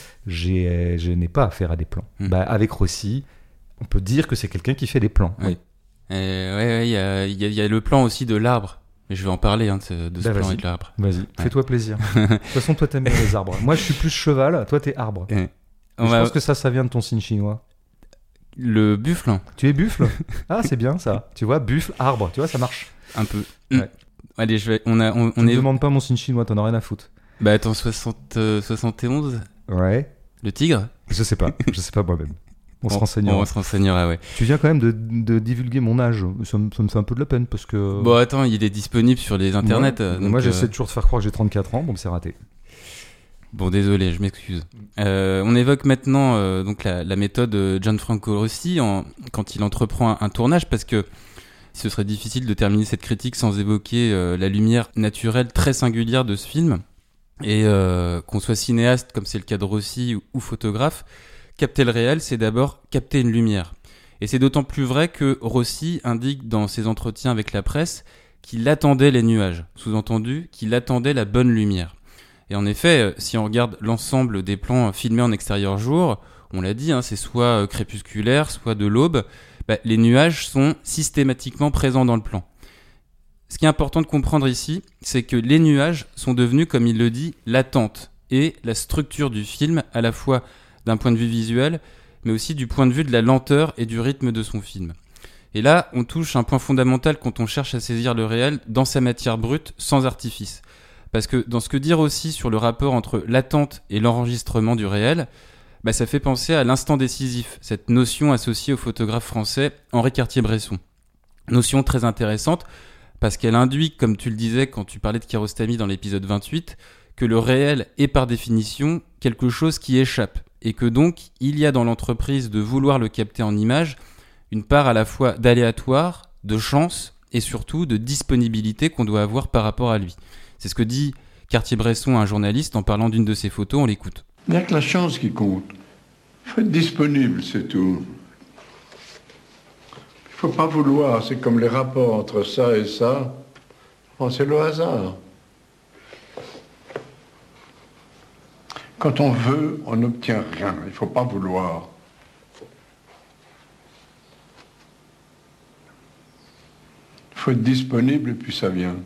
j'ai, je n'ai pas affaire à des plans. Mmh. Bah, avec Rossi, on peut dire que c'est quelqu'un qui fait des plans. Oui. Il ouais, ouais, y, a, y, a, y a le plan aussi de l'arbre. Mais je vais en parler hein, de ce, de ce bah, plan vas-y. avec l'arbre. Vas-y, ouais. Fais-toi plaisir. De toute façon, toi, t'aimes bien les arbres. Moi, je suis plus cheval, toi, t'es arbre. Ouais. Je va... pense que ça, ça vient de ton signe chinois. Le buffle. Tu es buffle ? Ah, c'est bien ça. Tu vois, buffle, arbre, tu vois, ça marche. Un peu. Ouais. Allez, je vais. On a. On, tu on ne est... demandes pas mon signe chinois, t'en as rien à foutre. Bah attends, soixante, euh, soixante et onze. Ouais. Le tigre. Je sais pas. Je sais pas moi-même. On, on se renseignera. On se renseignera, ouais. Tu viens quand même de, de divulguer mon âge. Ça me, ça me fait un peu de la peine parce que. Bon, attends, il est disponible sur les internets. Ouais. Donc moi, j'essaie euh... toujours de faire croire que j'ai trente-quatre ans. Bon, c'est raté. Bon, désolé, je m'excuse. Euh, on évoque maintenant euh, donc la, la méthode de Gianfranco Rossi en, quand il entreprend un, un tournage, parce que ce serait difficile de terminer cette critique sans évoquer euh, la lumière naturelle très singulière de ce film. Et euh, qu'on soit cinéaste, comme c'est le cas de Rossi, ou, ou photographe, capter le réel, c'est d'abord capter une lumière. Et c'est d'autant plus vrai que Rossi indique dans ses entretiens avec la presse qu'il attendait les nuages, sous-entendu qu'il attendait la bonne lumière. Et en effet, si on regarde l'ensemble des plans filmés en extérieur jour, on l'a dit, hein, c'est soit crépusculaire, soit de l'aube, bah, les nuages sont systématiquement présents dans le plan. Ce qui est important de comprendre ici, c'est que les nuages sont devenus, comme il le dit, l'attente et la structure du film, à la fois d'un point de vue visuel, mais aussi du point de vue de la lenteur et du rythme de son film. Et là, on touche un point fondamental quand on cherche à saisir le réel dans sa matière brute, sans artifice. Parce que dans ce que dire aussi sur le rapport entre l'attente et l'enregistrement du réel, bah ça fait penser à l'instant décisif, cette notion associée au photographe français Henri Cartier-Bresson. Notion très intéressante, parce qu'elle induit, comme tu le disais quand tu parlais de Kiarostami dans l'épisode vingt-huit, que le réel est par définition quelque chose qui échappe, et que donc il y a dans l'entreprise de vouloir le capter en image une part à la fois d'aléatoire, de chance et surtout de disponibilité qu'on doit avoir par rapport à lui. C'est ce que dit Cartier-Bresson à un journaliste en parlant d'une de ses photos, on l'écoute. Il n'y a que la chance qui compte. Il faut être disponible, c'est tout. Il ne faut pas vouloir, c'est comme les rapports entre ça et ça. Bon, c'est le hasard. Quand on veut, on n'obtient rien. Il ne faut pas vouloir. Il faut être disponible et puis ça vient.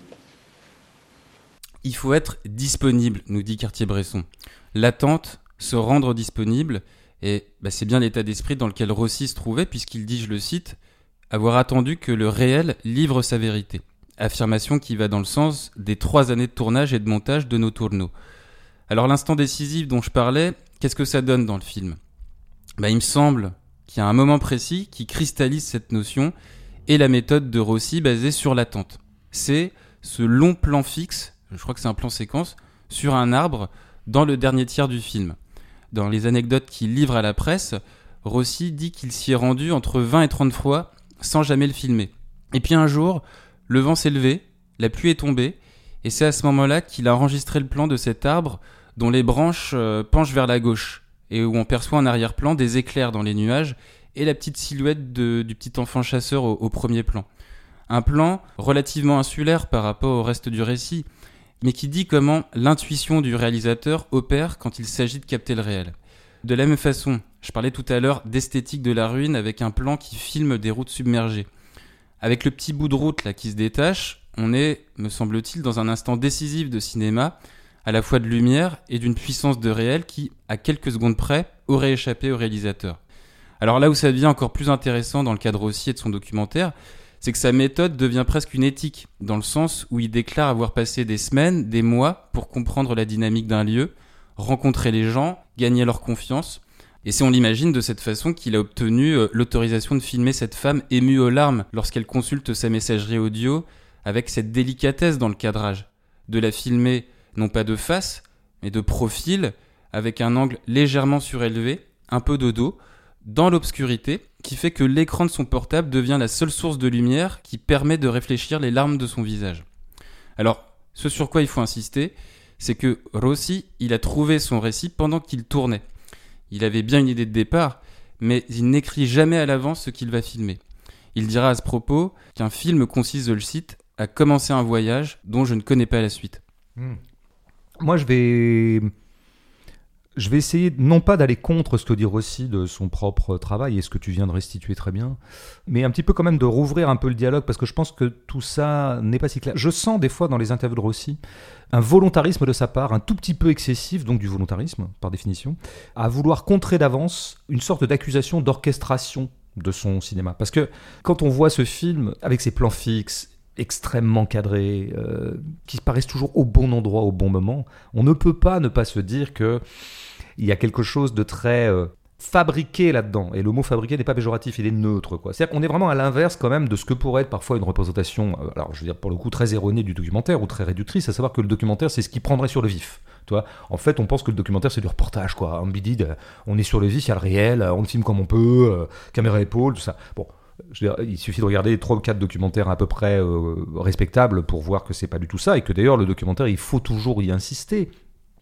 Il faut être disponible, nous dit Cartier-Bresson. L'attente, se rendre disponible, et bah, c'est bien l'état d'esprit dans lequel Rossi se trouvait, puisqu'il dit, je le cite, « avoir attendu que le réel livre sa vérité ». Affirmation qui va dans le sens des trois années de tournage et de montage de Notturno. Alors l'instant décisif dont je parlais, qu'est-ce que ça donne dans le film ? Bah, il me semble qu'il y a un moment précis qui cristallise cette notion et la méthode de Rossi basée sur l'attente. C'est ce long plan fixe, je crois que c'est un plan séquence, sur un arbre dans le dernier tiers du film. Dans les anecdotes qu'il livre à la presse, Rossi dit qu'il s'y est rendu entre vingt et trente fois sans jamais le filmer. Et puis un jour, le vent s'est levé, la pluie est tombée, et c'est à ce moment-là qu'il a enregistré le plan de cet arbre dont les branches euh, penchent vers la gauche, et où on perçoit en arrière-plan des éclairs dans les nuages et la petite silhouette de, du petit enfant chasseur au, au premier plan. Un plan relativement insulaire par rapport au reste du récit, mais qui dit comment l'intuition du réalisateur opère quand il s'agit de capter le réel. De la même façon, je parlais tout à l'heure d'esthétique de la ruine avec un plan qui filme des routes submergées. Avec le petit bout de route là qui se détache, on est, me semble-t-il, dans un instant décisif de cinéma, à la fois de lumière et d'une puissance de réel qui, à quelques secondes près, aurait échappé au réalisateur. Alors là où ça devient encore plus intéressant dans le cadre aussi de son documentaire, c'est que sa méthode devient presque une éthique, dans le sens où il déclare avoir passé des semaines, des mois, pour comprendre la dynamique d'un lieu, rencontrer les gens, gagner leur confiance. Et c'est, on l'imagine, de cette façon qu'il a obtenu euh, l'autorisation de filmer cette femme émue aux larmes lorsqu'elle consulte sa messagerie audio, avec cette délicatesse dans le cadrage. De la filmer, non pas de face, mais de profil, avec un angle légèrement surélevé, un peu de dos, dans l'obscurité, qui fait que l'écran de son portable devient la seule source de lumière qui permet de réfléchir les larmes de son visage. Alors, ce sur quoi il faut insister, c'est que Rossi, il a trouvé son récit pendant qu'il tournait. Il avait bien une idée de départ, mais il n'écrit jamais à l'avance ce qu'il va filmer. Il dira à ce propos qu'un film consiste, je le cite, à commencer un voyage dont je ne connais pas la suite. Mmh. Moi, je vais... Je vais essayer, non pas d'aller contre ce que dit Rossi de son propre travail et ce que tu viens de restituer très bien, mais un petit peu quand même de rouvrir un peu le dialogue, parce que je pense que tout ça n'est pas si clair. Je sens des fois dans les interviews de Rossi un volontarisme de sa part, un tout petit peu excessif, donc du volontarisme par définition, à vouloir contrer d'avance une sorte d'accusation d'orchestration de son cinéma. Parce que quand on voit ce film avec ses plans fixes, extrêmement cadrés, euh, qui paraissent toujours au bon endroit, au bon moment, on ne peut pas ne pas se dire que il y a quelque chose de très euh, fabriqué là-dedans. Et le mot fabriqué n'est pas péjoratif, il est neutre, quoi. C'est-à-dire qu'on est vraiment à l'inverse quand même de ce que pourrait être parfois une représentation, euh, alors je veux dire pour le coup très erronée du documentaire ou très réductrice, à savoir que le documentaire c'est ce qui prendrait sur le vif. Tu vois, en fait, on pense que le documentaire c'est du reportage, quoi. On bidide, on est sur le vif, il y a le réel, on le filme comme on peut, euh, caméra épaule, tout ça. Bon. Je veux dire, il suffit de regarder trois ou quatre documentaires à peu près euh, respectables pour voir que c'est pas du tout ça, et que d'ailleurs le documentaire, il faut toujours y insister,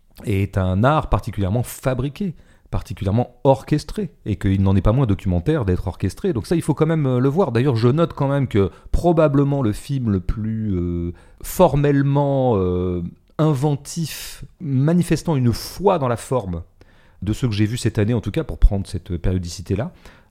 est un art particulièrement fabriqué, particulièrement orchestré, et qu'il n'en est pas moins documentaire d'être orchestré. Donc ça, il faut quand même le voir. D'ailleurs, je note quand même que probablement le film le plus euh, formellement euh, inventif, manifestant une foi dans la forme de ceux que j'ai vus cette année, en tout cas pour prendre cette périodicité-là,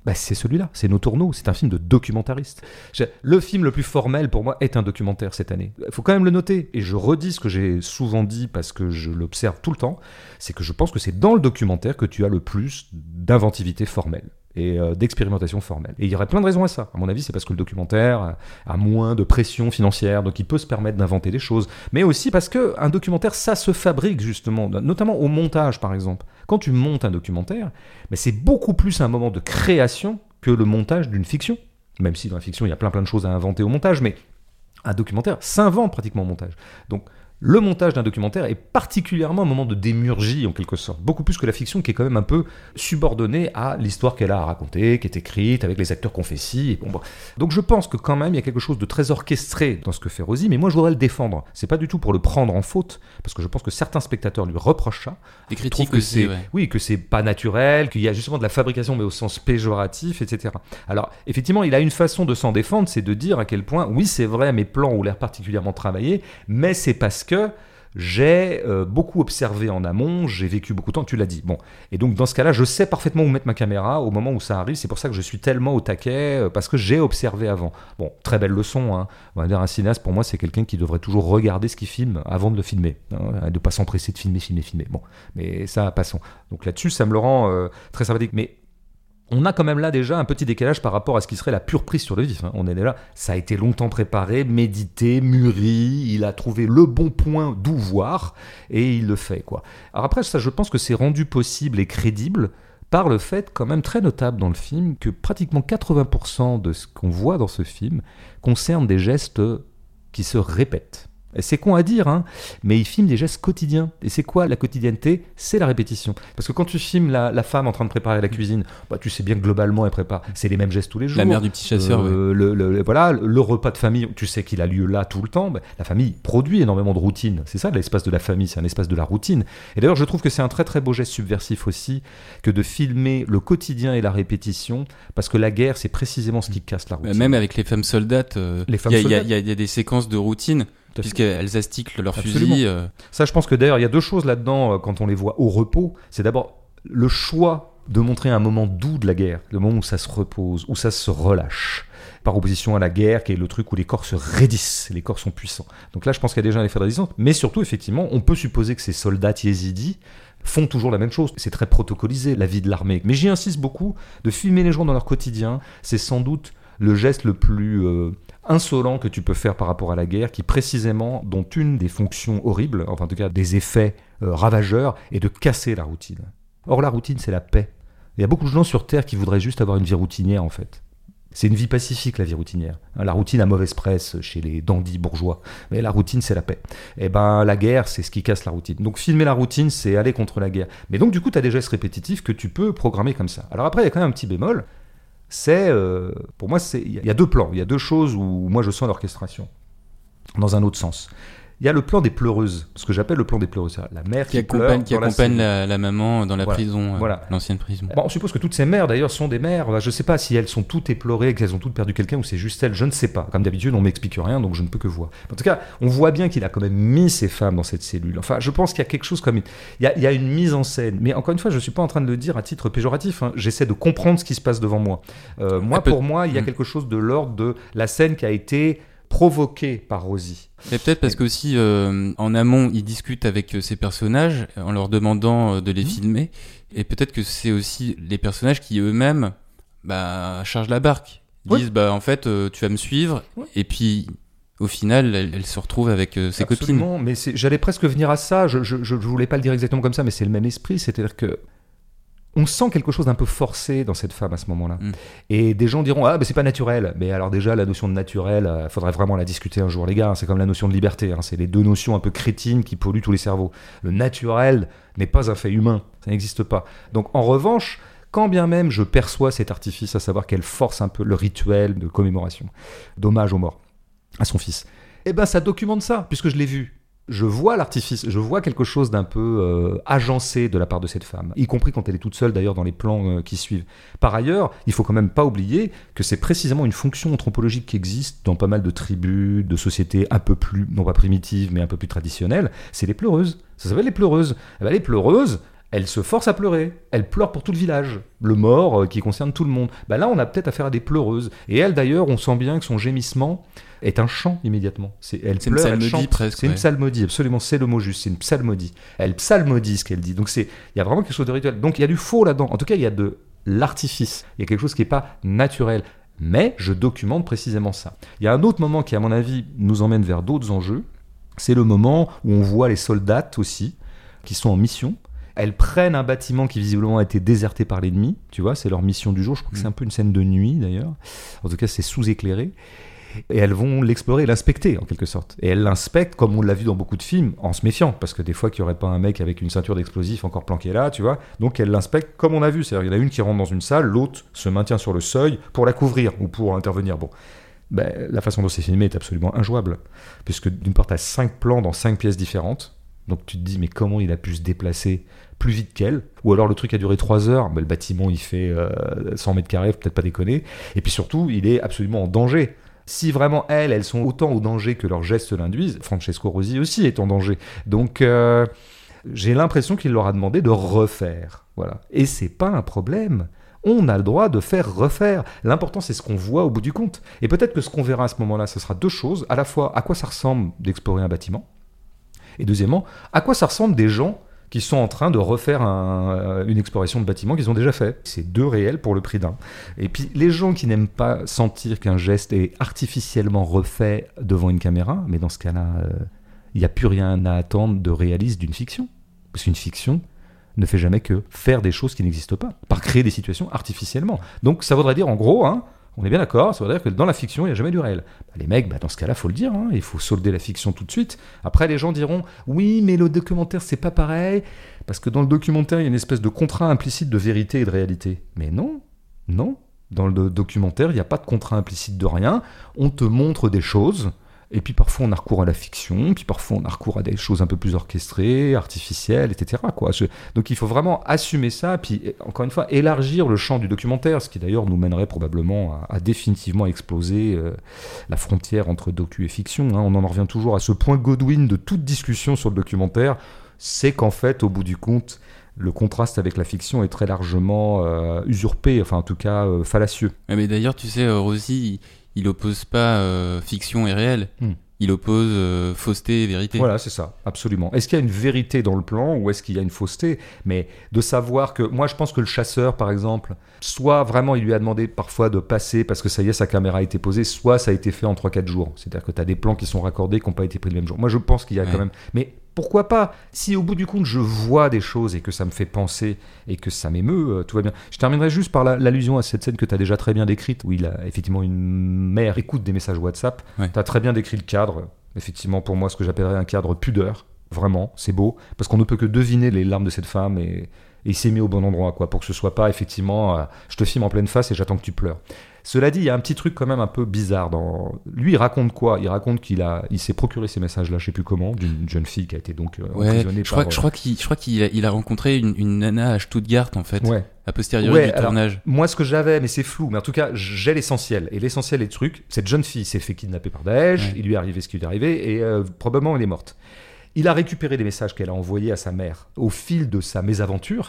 Bah, c'est celui-là, c'est Nos Tourneaux, c'est un film de documentariste. Le film le plus formel pour moi est un documentaire cette année. Il faut quand même le noter, et je redis ce que j'ai souvent dit parce que je l'observe tout le temps, c'est que je pense que c'est dans le documentaire que tu as le plus d'inventivité formelle et euh, d'expérimentation formelle. Et il y aurait plein de raisons à ça. À mon avis, c'est parce que le documentaire a moins de pression financière, donc il peut se permettre d'inventer des choses. Mais aussi parce qu'un documentaire, ça se fabrique justement, notamment au montage par exemple. Quand tu montes un documentaire, mais c'est beaucoup plus un moment de création que le montage d'une fiction. Même si dans la fiction, il y a plein plein de choses à inventer au montage, mais un documentaire s'invente pratiquement au montage. Donc, le montage d'un documentaire est particulièrement un moment de démurgie, en quelque sorte. Beaucoup plus que la fiction, qui est quand même un peu subordonnée à l'histoire qu'elle a à raconter, qui est écrite, avec les acteurs qu'on fait ci. Et bon, bon. Donc je pense que quand même, il y a quelque chose de très orchestré dans ce que fait Rosie, mais moi je voudrais le défendre. C'est pas du tout pour le prendre en faute, parce que je pense que certains spectateurs lui reprochent ça. Des critiques que aussi, c'est, ouais. Oui, que c'est pas naturel, qu'il y a justement de la fabrication, mais au sens péjoratif, et cetera. Alors, effectivement, il a une façon de s'en défendre, c'est de dire à quel point, oui, c'est vrai, mes plans ont l'air particulièrement travaillés, mais c'est parce que j'ai euh, beaucoup observé en amont, j'ai vécu beaucoup de temps, tu l'as dit. Bon. Et donc, dans ce cas-là, je sais parfaitement où mettre ma caméra au moment où ça arrive. C'est pour ça que je suis tellement au taquet, euh, parce que j'ai observé avant. Bon, très belle leçon. Hein. On va dire, un cinéaste, pour moi, c'est quelqu'un qui devrait toujours regarder ce qu'il filme avant de le filmer. Hein, de ne pas s'empresser de filmer, filmer, filmer. Bon, mais ça, passons. Donc là-dessus, ça me le rend euh, très sympathique. Mais on a quand même là déjà un petit décalage par rapport à ce qui serait la pure prise sur le vif. Hein. On est là, ça a été longtemps préparé, médité, mûri, il a trouvé le bon point d'où voir, et il le fait, quoi. Alors après, ça, je pense que c'est rendu possible et crédible par le fait, quand même très notable dans le film, que pratiquement quatre-vingts pour cent de ce qu'on voit dans ce film concerne des gestes qui se répètent. Et c'est con à dire, hein, mais il filme des gestes quotidiens. Et c'est quoi la quotidienneté ? C'est la répétition. Parce que quand tu filmes la, la femme en train de préparer la cuisine, bah, tu sais bien que globalement elle prépare. C'est les mêmes gestes tous les jours. La mère du petit chasseur, euh, ouais. le, le, voilà, le repas de famille, tu sais qu'il a lieu là tout le temps. Bah, la famille produit énormément de routine. C'est ça l'espace de la famille, c'est un espace de la routine. Et d'ailleurs, je trouve que c'est un très très beau geste subversif aussi que de filmer le quotidien et la répétition, parce que la guerre, c'est précisément ce qui casse la routine. Même avec les femmes soldates, euh, les femmes il y, soldates. y, y, y a des séquences de routine. Puisqu'elles asticlent leur fusil. Euh... Ça, je pense que d'ailleurs, il y a deux choses là-dedans euh, quand on les voit au repos. C'est d'abord le choix de montrer un moment doux de la guerre, le moment où ça se repose, où ça se relâche, par opposition à la guerre, qui est le truc où les corps se raidissent, les corps sont puissants. Donc là, je pense qu'il y a déjà un effet de résistance. Mais surtout, effectivement, on peut supposer que ces soldats yézidis font toujours la même chose. C'est très protocolisé, la vie de l'armée. Mais j'y insiste beaucoup, de filmer les gens dans leur quotidien, c'est sans doute le geste le plus euh, insolent que tu peux faire par rapport à la guerre, qui précisément, dont une des fonctions horribles, enfin en tout cas des effets euh, ravageurs, est de casser la routine. Or la routine, c'est la paix. Il y a beaucoup de gens sur Terre qui voudraient juste avoir une vie routinière, en fait. C'est une vie pacifique, la vie routinière. La routine a mauvaise presse chez les dandys bourgeois, mais la routine, c'est la paix. Et ben la guerre, c'est ce qui casse la routine. Donc filmer la routine, c'est aller contre la guerre. Mais donc du coup, tu as des gestes répétitifs que tu peux programmer comme ça. Alors après, il y a quand même un petit bémol. C'est, euh, pour moi, il y a deux plans, il y a deux choses où moi je sens l'orchestration, dans un autre sens. Il y a le plan des pleureuses, ce que j'appelle le plan des pleureuses. La mère qui, qui accompagne, pleure qui accompagne la, la, la maman dans la voilà. prison, euh, voilà. l'ancienne prison. Bon, on suppose que toutes ces mères, d'ailleurs, sont des mères. Je ne sais pas si elles sont toutes éplorées, qu'elles ont toutes perdu quelqu'un, ou c'est juste elles. Je ne sais pas. Comme d'habitude, on m'explique rien, donc je ne peux que voir. En tout cas, on voit bien qu'il a quand même mis ces femmes dans cette cellule. Enfin, je pense qu'il y a quelque chose comme une... il y a, il y a une mise en scène. Mais encore une fois, je ne suis pas en train de le dire à titre péjoratif. Hein. J'essaie de comprendre ce qui se passe devant moi. Euh, moi, peut... pour moi, il y a quelque chose de l'ordre de la scène qui a été provoqué par Rosie. Et peut-être parce qu'aussi, euh, en amont, il discute avec euh, ses personnages en leur demandant euh, de les mmh. filmer. Et peut-être que c'est aussi les personnages qui eux-mêmes bah, chargent la barque. Ils oui. disent, bah, en fait, euh, tu vas me suivre. Oui. Et puis, au final, elle, elle se retrouve avec euh, ses Absolument, copines. Mais c'est, j'allais presque venir à ça. Je ne voulais pas le dire exactement comme ça, mais c'est le même esprit. C'est-à-dire que on sent quelque chose d'un peu forcé dans cette femme à ce moment-là. Mm. Et des gens diront « Ah, mais c'est pas naturel ». Mais alors déjà, la notion de naturel, il euh, faudrait vraiment la discuter un jour, les gars. Hein, c'est comme la notion de liberté. Hein, c'est les deux notions un peu crétines qui polluent tous les cerveaux. Le naturel n'est pas un fait humain. Ça n'existe pas. Donc, en revanche, quand bien même je perçois cet artifice, à savoir qu'elle force un peu le rituel de commémoration, d'hommage aux morts, à son fils, eh ben ça documente ça, puisque je l'ai vu. Je vois l'artifice, je vois quelque chose d'un peu euh, agencé de la part de cette femme, y compris quand elle est toute seule d'ailleurs dans les plans euh, qui suivent. Par ailleurs, il faut quand même pas oublier que c'est précisément une fonction anthropologique qui existe dans pas mal de tribus, de sociétés un peu plus, non pas primitives, mais un peu plus traditionnelles, c'est les pleureuses. Ça s'appelle les pleureuses. Eh ben, les pleureuses, elle se force à pleurer. Elle pleure pour tout le village. Le mort euh, qui concerne tout le monde. Bah là, on a peut-être affaire à des pleureuses. Et elle, d'ailleurs, on sent bien que son gémissement est un chant immédiatement. C'est, elle c'est pleure, une elle psalmodie chante. presque. C'est ouais. une psalmodie, absolument. C'est le mot juste. C'est une psalmodie. Elle psalmodie ce qu'elle dit. Donc, c'est, il y a vraiment quelque chose de rituel. Donc, il y a du faux là-dedans. En tout cas, il y a de l'artifice. Il y a quelque chose qui n'est pas naturel. Mais je documente précisément ça. Il y a un autre moment qui, à mon avis, nous emmène vers d'autres enjeux. C'est le moment où on voit les soldates aussi, qui sont en mission. Elles prennent un bâtiment qui visiblement a été déserté par l'ennemi, tu vois, c'est leur mission du jour. Je crois que c'est un peu une scène de nuit d'ailleurs. En tout cas, c'est sous-éclairé. Et elles vont l'explorer et l'inspecter en quelque sorte. Et elles l'inspectent comme on l'a vu dans beaucoup de films, en se méfiant, parce que des fois qu'il n'y aurait pas un mec avec une ceinture d'explosifs encore planqué là, tu vois. Donc elles l'inspectent comme on a vu. C'est-à-dire qu'il y en a une qui rentre dans une salle, l'autre se maintient sur le seuil pour la couvrir ou pour intervenir. Bon. Ben, la façon dont c'est filmé est absolument injouable, puisque d'une part, tu as cinq plans dans cinq pièces différentes. Donc tu te dis, mais comment il a pu se déplacer plus vite qu'elle? Ou alors le truc a duré trois heures, ben, le bâtiment il fait euh, cent mètres carrés, faut peut-être pas déconner. Et puis surtout, il est absolument en danger. Si vraiment elles, elles sont autant au danger que leurs gestes l'induisent, Francesco Rosi aussi est en danger. Donc euh, j'ai l'impression qu'il leur a demandé de refaire. Voilà. Et c'est pas un problème. On a le droit de faire refaire. L'important, c'est ce qu'on voit au bout du compte. Et peut-être que ce qu'on verra à ce moment-là, ce sera deux choses. À la fois, à quoi ça ressemble d'explorer un bâtiment. Et deuxièmement, à quoi ça ressemble des gens qui sont en train de refaire un, une exploration de bâtiment qu'ils ont déjà fait. C'est deux réels pour le prix d'un. Et puis, les gens qui n'aiment pas sentir qu'un geste est artificiellement refait devant une caméra, mais dans ce cas-là, il euh, n'y a plus rien à attendre de réaliste d'une fiction. Parce qu'une fiction ne fait jamais que faire des choses qui n'existent pas, par créer des situations artificiellement. Donc ça voudrait dire en gros, hein, on est bien d'accord, ça voudrait dire que dans la fiction, il n'y a jamais du réel. Bah, les mecs, bah, dans ce cas-là, il faut le dire, hein, il faut solder la fiction tout de suite. Après, les gens diront, oui, mais le documentaire, c'est pas pareil, parce que dans le documentaire, il y a une espèce de contrat implicite de vérité et de réalité. Mais non, non, dans le documentaire, il n'y a pas de contrat implicite de rien, on te montre des choses. Et puis parfois on a recours à la fiction, puis parfois on a recours à des choses un peu plus orchestrées, artificielles, et cetera. Quoi. Donc il faut vraiment assumer ça, puis encore une fois élargir le champ du documentaire, ce qui d'ailleurs nous mènerait probablement à, à définitivement exploser euh, la frontière entre docu et fiction. Hein. On en revient toujours à ce point Godwin de toute discussion sur le documentaire, c'est qu'en fait au bout du compte, le contraste avec la fiction est très largement euh, usurpé, enfin en tout cas euh, fallacieux. Ouais, mais d'ailleurs tu sais, euh, Rossi... il oppose pas euh, fiction et réel, hmm. il oppose euh, fausseté et vérité. Voilà, c'est ça, absolument. Est-ce qu'il y a une vérité dans le plan ou est-ce qu'il y a une fausseté? Mais de savoir que, moi je pense que le chasseur par exemple, soit vraiment il lui a demandé parfois de passer parce que ça y est, sa caméra a été posée, soit ça a été fait en trois quatre jours. C'est-à-dire que tu as des plans qui sont raccordés qui n'ont pas été pris le même jour. Moi je pense qu'il y a ouais. quand même... Mais pourquoi pas? Si au bout du compte je vois des choses et que ça me fait penser et que ça m'émeut, euh, tout va bien. Je terminerai juste par la, l'allusion à cette scène que tu as déjà très bien décrite, où il a effectivement une mère écoute des messages WhatsApp. Ouais. Tu as très bien décrit le cadre. Effectivement, pour moi, ce que j'appellerais un cadre pudeur. Vraiment, c'est beau. Parce qu'on ne peut que deviner les larmes de cette femme et, et il s'est mis au bon endroit, quoi, pour que ce soit pas effectivement euh, je te filme en pleine face et j'attends que tu pleures. Cela dit, il y a un petit truc quand même un peu bizarre. Dans... Lui, il raconte quoi? Il raconte qu'il a, il s'est procuré ces messages-là, je sais plus comment, d'une jeune fille qui a été donc euh, ouais, emprisonnée je par... Crois, je crois qu'il, je crois qu'il a, il a rencontré une, une nana à Stuttgart, en fait, ouais. a posteriori ouais, du alors, tournage. Moi, ce que j'avais, mais c'est flou, mais en tout cas, j'ai l'essentiel. Et l'essentiel des trucs, cette jeune fille s'est fait kidnapper par Daesh, ouais. il lui est arrivé ce qui lui est arrivé, et euh, probablement elle est morte. Il a récupéré des messages qu'elle a envoyés à sa mère au fil de sa mésaventure.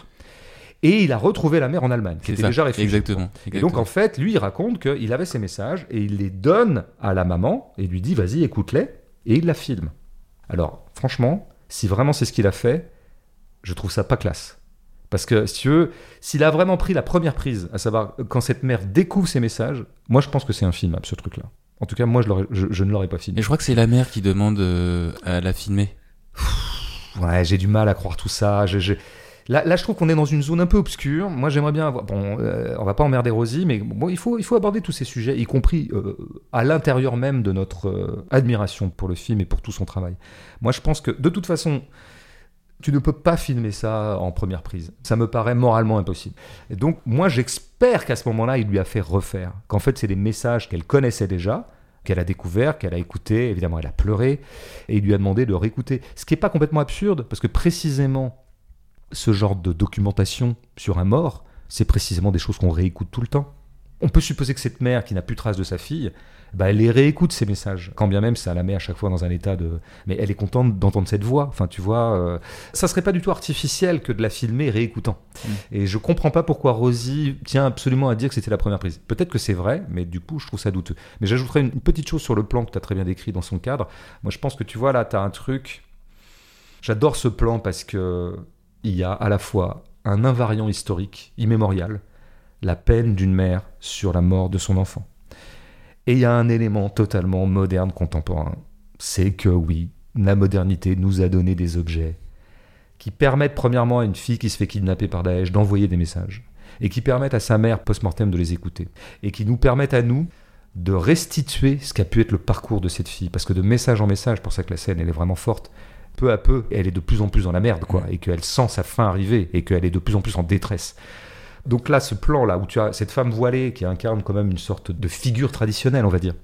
Et il a retrouvé la mère en Allemagne, qui c'est était ça, déjà réfugiée. Exactement, Et exactement. donc, en fait, lui, il raconte qu'il avait ces messages et il les donne à la maman et lui dit, vas-y, écoute-les, et il la filme. Alors, franchement, si vraiment c'est ce qu'il a fait, je trouve ça pas classe. Parce que, si tu veux, s'il a vraiment pris la première prise, à savoir, quand cette mère découvre ces messages, moi, je pense que c'est un film, ce truc-là. En tout cas, moi, je, je, je ne l'aurais pas filmé. Et je crois que c'est la mère qui demande euh, à la filmer. Ouais, j'ai du mal à croire tout ça. J'ai... j'ai... Là, là, je trouve qu'on est dans une zone un peu obscure. Moi, j'aimerais bien avoir... Bon, euh, on va pas emmerder Rosie, mais bon, il faut, il faut aborder tous ces sujets, y compris euh, à l'intérieur même de notre euh, admiration pour le film et pour tout son travail. Moi, je pense que, de toute façon, tu ne peux pas filmer ça en première prise. Ça me paraît moralement impossible. Et donc, moi, j'espère qu'à ce moment-là, il lui a fait refaire. Qu'en fait, c'est des messages qu'elle connaissait déjà, qu'elle a découvert, qu'elle a écouté. Évidemment, elle a pleuré. Et il lui a demandé de réécouter. Ce qui n'est pas complètement absurde, parce que précisément... ce genre de documentation sur un mort, c'est précisément des choses qu'on réécoute tout le temps. On peut supposer que cette mère qui n'a plus trace de sa fille, bah, elle les réécoute ces messages, quand bien même ça la met à chaque fois dans un état de... Mais elle est contente d'entendre cette voix, enfin tu vois, euh... ça serait pas du tout artificiel que de la filmer réécoutant. Mmh. Et je comprends pas pourquoi Rosie tient absolument à dire que c'était la première prise. Peut-être que c'est vrai, mais du coup je trouve ça douteux. Mais j'ajouterais une petite chose sur le plan que tu as très bien décrit dans son cadre. Moi je pense que tu vois là, tu as un truc... J'adore ce plan parce que il y a à la fois un invariant historique, immémorial, la peine d'une mère sur la mort de son enfant. Et il y a un élément totalement moderne, contemporain. C'est que oui, la modernité nous a donné des objets qui permettent premièrement à une fille qui se fait kidnapper par Daesh d'envoyer des messages et qui permettent à sa mère post-mortem de les écouter et qui nous permettent à nous de restituer ce qu'a pu être le parcours de cette fille. Parce que de message en message, pour ça que la scène elle est vraiment forte, peu à peu, elle est de plus en plus dans la merde, quoi, et qu'elle sent sa fin arriver et qu'elle est de plus en plus en détresse. Donc là, ce plan-là, où tu as cette femme voilée qui incarne quand même une sorte de figure traditionnelle, on va dire,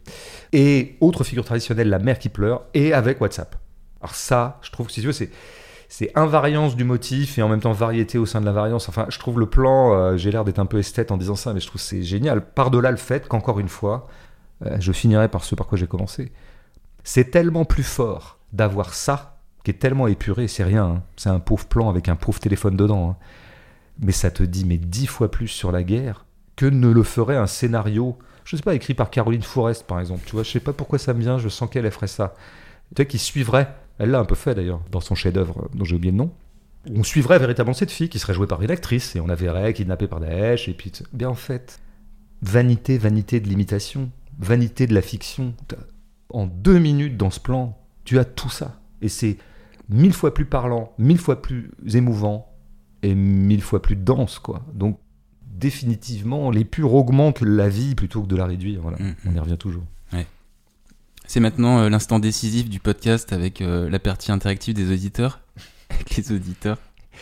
et autre figure traditionnelle, la mère qui pleure, et avec WhatsApp. Alors ça, je trouve que si tu veux, c'est, c'est invariance du motif et en même temps variété au sein de la variance. Enfin, je trouve le plan, euh, j'ai l'air d'être un peu esthète en disant ça, mais je trouve que c'est génial. Par-delà le fait qu'encore une fois, euh, je finirai par ce par quoi j'ai commencé. C'est tellement plus fort d'avoir ça, qui est tellement épuré, c'est rien, hein. C'est un pauvre plan avec un pauvre téléphone dedans, hein. Mais ça te dit mais dix fois plus sur la guerre que ne le ferait un scénario, je sais pas, écrit par Caroline Fourest par exemple, tu vois, je sais pas pourquoi ça me vient, je sens qu'elle ferait ça, tu sais, qui suivrait, elle l'a un peu fait d'ailleurs dans son chef-d'œuvre dont j'ai oublié le nom, on suivrait véritablement cette fille qui serait jouée par une actrice et on la verrait kidnappée par Daesh et puis bien en fait, vanité, vanité de l'imitation, vanité de la fiction, en deux minutes dans ce plan, tu as tout ça et c'est mille fois plus parlant, mille fois plus émouvant et mille fois plus dense, quoi. Donc, définitivement, l'épure augmente la vie plutôt que de la réduire. Voilà. Mmh. On y revient toujours. Ouais. C'est maintenant euh, l'instant décisif du podcast avec euh, la partie interactive des auditeurs. Avec les auditeurs.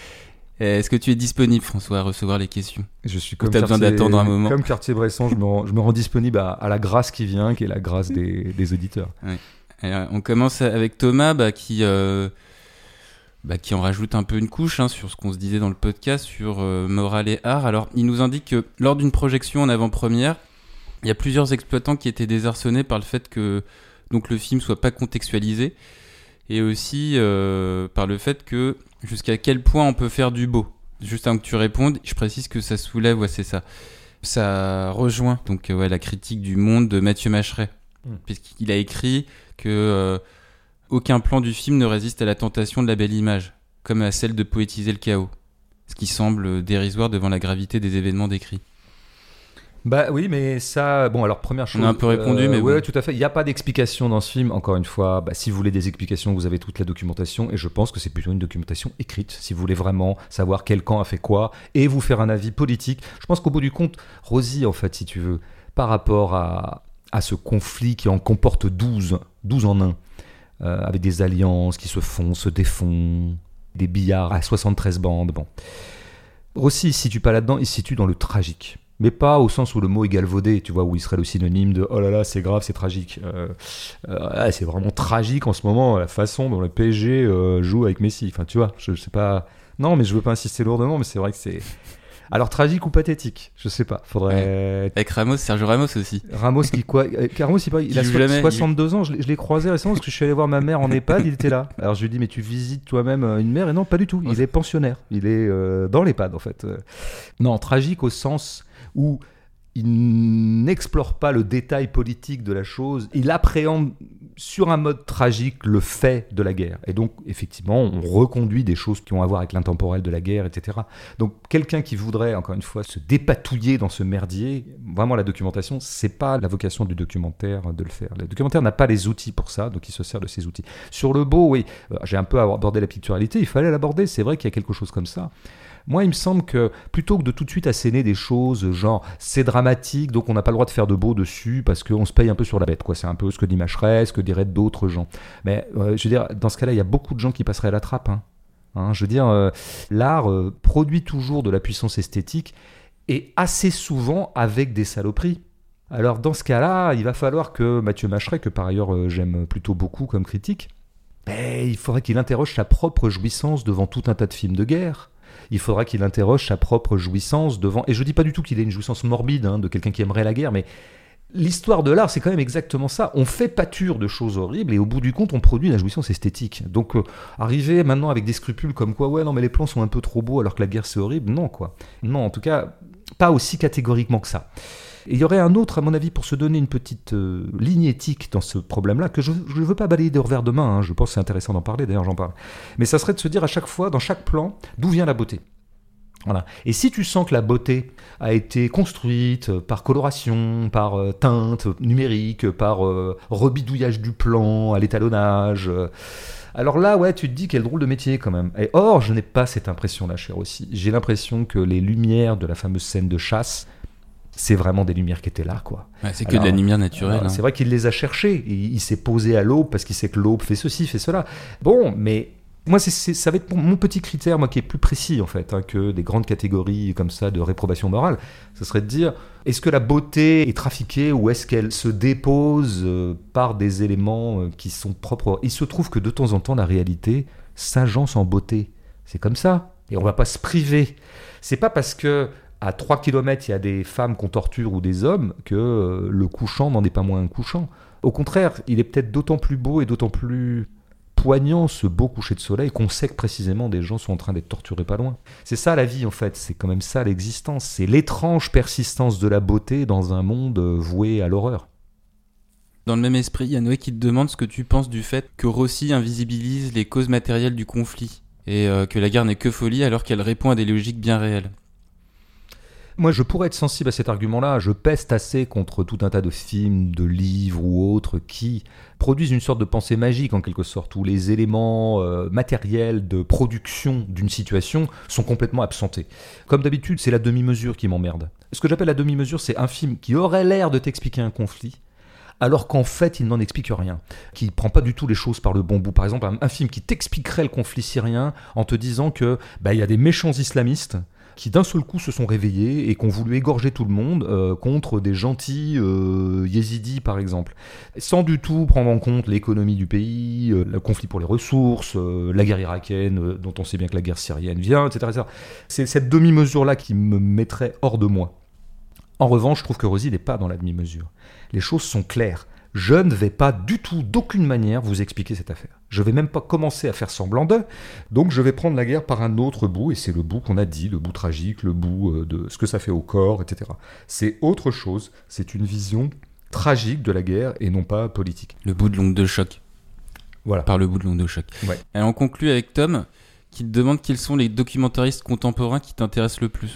Euh, est-ce que tu es disponible, François, à recevoir les questions ? Je suis comme tu as besoin d'attendre un moment. Comme Cartier-Bresson, je me rends, je me rends disponible à, à la grâce qui vient, qui est la grâce des, des auditeurs. Ouais. Alors, on commence avec Thomas, bah, qui... Euh, Bah, qui en rajoute un peu une couche hein, sur ce qu'on se disait dans le podcast sur euh, morale et art. Alors, il nous indique que lors d'une projection en avant-première, il y a plusieurs exploitants qui étaient désarçonnés par le fait que donc, le film soit pas contextualisé et aussi euh, par le fait que jusqu'à quel point on peut faire du beau. Juste avant que tu répondes, je précise que ça soulève, ouais, c'est ça. Ça rejoint donc ouais, la critique du monde de Mathieu Macheret, mmh. puisqu'il a écrit que... Euh, aucun plan du film ne résiste à la tentation de la belle image, comme à celle de poétiser le chaos, ce qui semble dérisoire devant la gravité des événements décrits. Bah oui, mais ça... Bon, alors, première chose... On a un peu répondu, euh, mais ouais, bon. tout à fait. Il n'y a pas d'explication dans ce film. Encore une fois, bah, si vous voulez des explications, vous avez toute la documentation, et je pense que c'est plutôt une documentation écrite, si vous voulez vraiment savoir quel camp a fait quoi, et vous faire un avis politique. Je pense qu'au bout du compte, Rosie, en fait, si tu veux, par rapport à, à ce conflit qui en comporte douze, douze en un, Euh, avec des alliances qui se font, se défont, des billards à soixante-treize bandes. Bon. Rossi, il ne se situe pas là-dedans, il se situe dans le tragique. Mais pas au sens où le mot est galvaudé, tu vois, où il serait le synonyme de « oh là là, c'est grave, c'est tragique euh, euh, ». C'est vraiment tragique en ce moment, la façon dont le P S G euh, joue avec Messi. Enfin, tu vois, je, je sais pas... Non, mais je veux pas insister lourdement, mais c'est vrai que c'est... Alors, tragique ou pathétique, je sais pas. Faudrait. Ouais. Avec Ramos, Sergio Ramos aussi. Ramos qui quoi Ramos, il, il a so- jamais, soixante-deux il... ans. Je l'ai, je l'ai croisé récemment parce que je suis allé voir ma mère en EHPAD. Il était là. Alors je lui dis mais tu visites toi-même une mère ? Et non, pas du tout. Il est pensionnaire. Il est euh, dans l'EHPAD en fait. Non, tragique au sens où il n'explore pas le détail politique de la chose. Il appréhende sur un mode tragique le fait de la guerre. Et donc, effectivement, on reconduit des choses qui ont à voir avec l'intemporel de la guerre, et cetera. Donc, quelqu'un qui voudrait, encore une fois, se dépatouiller dans ce merdier, vraiment, la documentation, c'est pas la vocation du documentaire de le faire. Le documentaire n'a pas les outils pour ça, donc il se sert de ces outils. Sur le beau, oui, j'ai un peu abordé la picturalité, il fallait l'aborder, c'est vrai qu'il y a quelque chose comme ça. Moi, il me semble que plutôt que de tout de suite asséner des choses genre c'est dramatique, donc on n'a pas le droit de faire de beau dessus parce qu'on se paye un peu sur la bête, quoi. C'est un peu ce que dit Macheret, ce que diraient d'autres gens. Mais euh, je veux dire, dans ce cas-là, il y a beaucoup de gens qui passeraient à la trappe. Hein. Hein, je veux dire, euh, l'art euh, produit toujours de la puissance esthétique et assez souvent avec des saloperies. Alors dans ce cas-là, il va falloir que Mathieu Macheret, que par ailleurs euh, j'aime plutôt beaucoup comme critique, ben, il faudrait qu'il interroge sa propre jouissance devant tout un tas de films de guerre. Il faudra qu'il interroge sa propre jouissance devant... Et je dis pas du tout qu'il ait une jouissance morbide hein, de quelqu'un qui aimerait la guerre, mais l'histoire de l'art, c'est quand même exactement ça. On fait pâture de choses horribles et au bout du compte, on produit la jouissance esthétique. Donc, euh, arriver maintenant avec des scrupules comme quoi, ouais, non, mais les plans sont un peu trop beaux alors que la guerre, c'est horrible, non, quoi. Non, en tout cas, pas aussi catégoriquement que ça. Et il y aurait un autre, à mon avis, pour se donner une petite euh, ligne éthique dans ce problème-là, que je ne veux pas balayer de revers de main, hein, je pense que c'est intéressant d'en parler, d'ailleurs j'en parle. Mais ça serait de se dire à chaque fois, dans chaque plan, d'où vient la beauté. Voilà. Et si tu sens que la beauté a été construite par coloration, par euh, teinte numérique, par euh, rebidouillage du plan, à l'étalonnage... Euh, alors là, ouais, tu te dis quel drôle de métier quand même. Et or, je n'ai pas cette impression-là, cher aussi. J'ai l'impression que les lumières de la fameuse scène de chasse, c'est vraiment des lumières qui étaient là, quoi. Ouais, c'est que alors, de la lumière naturelle. Alors, hein. C'est vrai qu'il les a cherchées. Il, il s'est posé à l'aube parce qu'il sait que l'aube fait ceci, fait cela. Bon, mais moi, c'est, c'est, ça va être mon petit critère, moi, qui est plus précis, en fait, hein, que des grandes catégories comme ça de réprobation morale. Ce serait de dire, est-ce que la beauté est trafiquée ou est-ce qu'elle se dépose euh, par des éléments euh, qui sont propres ? Il se trouve que de temps en temps, la réalité s'agence en beauté. C'est comme ça. Et on ne va pas se priver. C'est pas parce que à trois kilomètres, il y a des femmes qu'on torture ou des hommes que euh, le couchant n'en est pas moins un couchant. Au contraire, il est peut-être d'autant plus beau et d'autant plus poignant ce beau coucher de soleil qu'on sait que précisément des gens sont en train d'être torturés pas loin. C'est ça la vie en fait, c'est quand même ça l'existence. C'est l'étrange persistance de la beauté dans un monde voué à l'horreur. Dans le même esprit, il y a Noé qui te demande ce que tu penses du fait que Rossi invisibilise les causes matérielles du conflit et euh, que la guerre n'est que folie alors qu'elle répond à des logiques bien réelles. Moi, je pourrais être sensible à cet argument-là. Je peste assez contre tout un tas de films, de livres ou autres qui produisent une sorte de pensée magique, en quelque sorte, où les éléments euh, matériels de production d'une situation sont complètement absentés. Comme d'habitude, c'est la demi-mesure qui m'emmerde. Ce que j'appelle la demi-mesure, c'est un film qui aurait l'air de t'expliquer un conflit, alors qu'en fait, il n'en explique rien, qui ne prend pas du tout les choses par le bon bout. Par exemple, un, un film qui t'expliquerait le conflit syrien en te disant que bah, y a des méchants islamistes qui d'un seul coup se sont réveillés et qui ont voulu égorger tout le monde euh, contre des gentils euh, yézidis, par exemple. Sans du tout prendre en compte l'économie du pays, euh, le conflit pour les ressources, euh, la guerre irakienne, euh, dont on sait bien que la guerre syrienne vient, et cetera, et cetera. C'est cette demi-mesure-là qui me mettrait hors de moi. En revanche, je trouve que Rosy n'est pas dans la demi-mesure. Les choses sont claires. Je ne vais pas du tout, d'aucune manière, vous expliquer cette affaire. Je ne vais même pas commencer à faire semblant d'eux. Donc je vais prendre la guerre par un autre bout, et c'est le bout qu'on a dit, le bout tragique, le bout de ce que ça fait au corps, et cetera. C'est autre chose, c'est une vision tragique de la guerre et non pas politique. Le bout de l'ongle de choc. Voilà. Par le bout de l'ongle de choc. Ouais. Et on conclut avec Tom, qui te demande quels sont les documentaristes contemporains qui t'intéressent le plus.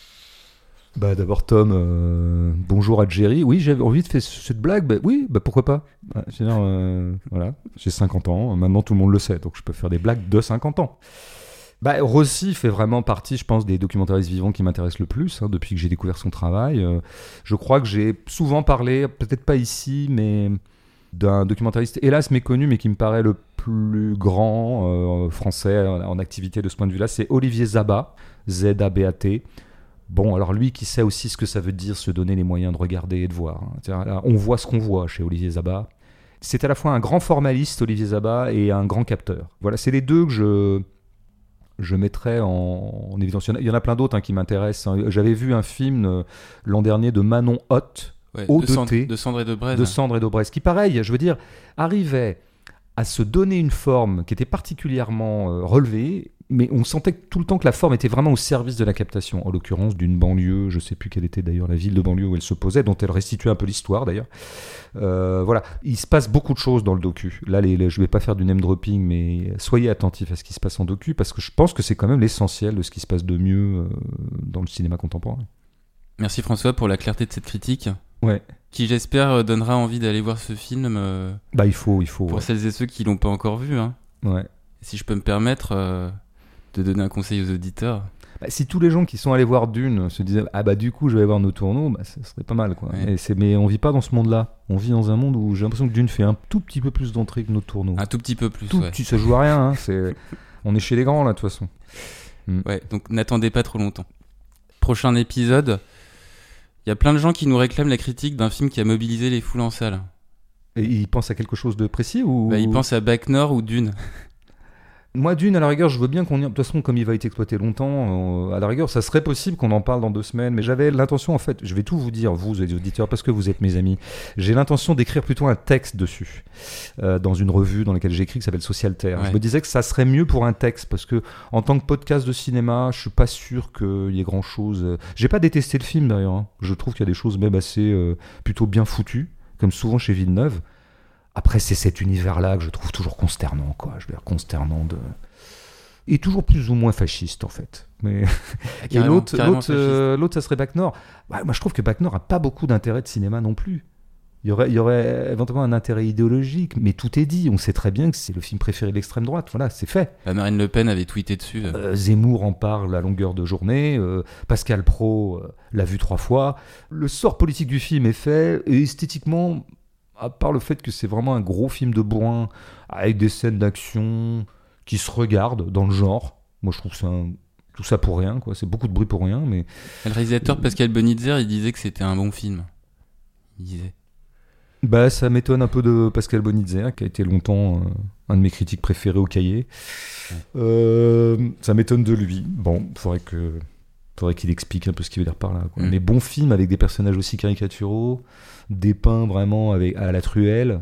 Bah d'abord Tom, euh, bonjour Algérie. Oui, j'avais envie de faire cette blague. Bah, oui, bah pourquoi pas. C'est euh, voilà, j'ai cinquante ans. Maintenant tout le monde le sait, donc je peux faire des blagues de cinquante ans. Bah Rossi fait vraiment partie, je pense, des documentaristes vivants qui m'intéressent le plus hein, depuis que j'ai découvert son travail. Euh, je crois que j'ai souvent parlé, peut-être pas ici, mais d'un documentariste hélas méconnu, mais qui me paraît le plus grand euh, français en activité de ce point de vue-là. C'est Olivier Zabat, Z A B A T. Bon, alors lui qui sait aussi ce que ça veut dire se donner les moyens de regarder et de voir. Hein. Là, on voit ce qu'on voit chez Olivier Zabat. C'est à la fois un grand formaliste, Olivier Zabat, et un grand capteur. Voilà, c'est les deux que je, je mettrais en, en évidence. Il y en a plein d'autres hein, qui m'intéressent. J'avais vu un film euh, l'an dernier de Manon Hoth, ouais, O de, deux T, Sand- de Sandre et de Brest. De Sandre et de Brest, qui pareil, je veux dire, arrivait à se donner une forme qui était particulièrement euh, relevée, mais on sentait tout le temps que la forme était vraiment au service de la captation, en l'occurrence d'une banlieue, je ne sais plus quelle était d'ailleurs la ville de banlieue où elle se posait, dont elle restituait un peu l'histoire d'ailleurs. Euh, voilà, il se passe beaucoup de choses dans le docu. Là, les, les, je ne vais pas faire du name dropping, mais soyez attentifs à ce qui se passe en docu, parce que je pense que c'est quand même l'essentiel de ce qui se passe de mieux euh, dans le cinéma contemporain. Merci François pour la clarté de cette critique. Ouais. Qui j'espère donnera envie d'aller voir ce film. Euh, bah il faut, il faut. Pour ouais. celles et ceux qui l'ont pas encore vu. Hein. Ouais. Si je peux me permettre euh, de donner un conseil aux auditeurs. Bah, si tous les gens qui sont allés voir Dune se disaient ah bah du coup je vais voir Nos Tourneaux, bah ce serait pas mal quoi. Ouais. Et c'est, mais on vit pas dans ce monde-là. On vit dans un monde où j'ai l'impression que Dune fait un tout petit peu plus d'entrées que Nos Tourneaux. Un tout petit peu plus. Tout ouais. petit, ça joue à rien. Hein, c'est, on est chez les grands là de toute façon. Mm. Ouais. Donc n'attendez pas trop longtemps. Prochain épisode. Il y a plein de gens qui nous réclament la critique d'un film qui a mobilisé les foules en salle. Et ils pensent à quelque chose de précis ou bah, ils pensent à Bac Nord ou Dune. Moi, d'une, à la rigueur, je veux bien qu'on y... De toute façon, comme il va être exploité longtemps, euh, à la rigueur, ça serait possible qu'on en parle dans deux semaines. Mais j'avais l'intention, en fait, je vais tout vous dire, vous, les auditeurs, parce que vous êtes mes amis. J'ai l'intention d'écrire plutôt un texte dessus, euh, dans une revue dans laquelle j'écris, qui s'appelle Socialterre. Ouais. Je me disais que ça serait mieux pour un texte, parce que en tant que podcast de cinéma, je suis pas sûr qu'il y ait grand-chose. J'ai pas détesté le film, d'ailleurs. Hein. Je trouve qu'il y a des choses même assez euh, plutôt bien foutues, comme souvent chez Villeneuve. Après, c'est cet univers-là que je trouve toujours consternant, quoi. Je veux dire, consternant de... Et toujours plus ou moins fasciste, en fait. Mais... Et l'autre, l'autre, euh, l'autre, ça serait Bac Nord. Bah, moi, je trouve que Bac Nord n'a pas beaucoup d'intérêt de cinéma non plus. Il y aurait, il y aurait éventuellement un intérêt idéologique, mais tout est dit. On sait très bien que c'est le film préféré de l'extrême droite. Voilà, c'est fait. Bah, Marine Le Pen avait tweeté dessus. Euh, Zemmour en parle à longueur de journée. Euh, Pascal Praud euh, l'a vu trois fois. Le sort politique du film est fait. Et esthétiquement... à part le fait que c'est vraiment un gros film de bourrin avec des scènes d'action qui se regardent dans le genre, moi je trouve que c'est un... tout ça pour rien, quoi. C'est beaucoup de bruit pour rien, mais... Le réalisateur Pascal Bonitzer, il disait que c'était un bon film. Il disait. Bah, ça m'étonne un peu de Pascal Bonitzer, qui a été longtemps euh, un de mes critiques préférés au cahier. Ouais. Euh, ça m'étonne de lui. Bon, il faudrait que... faudrait qu'il explique un peu ce qu'il veut dire par là, quoi. Mm. Mais bon film avec des personnages aussi caricaturaux, dépeint vraiment avec, à la truelle,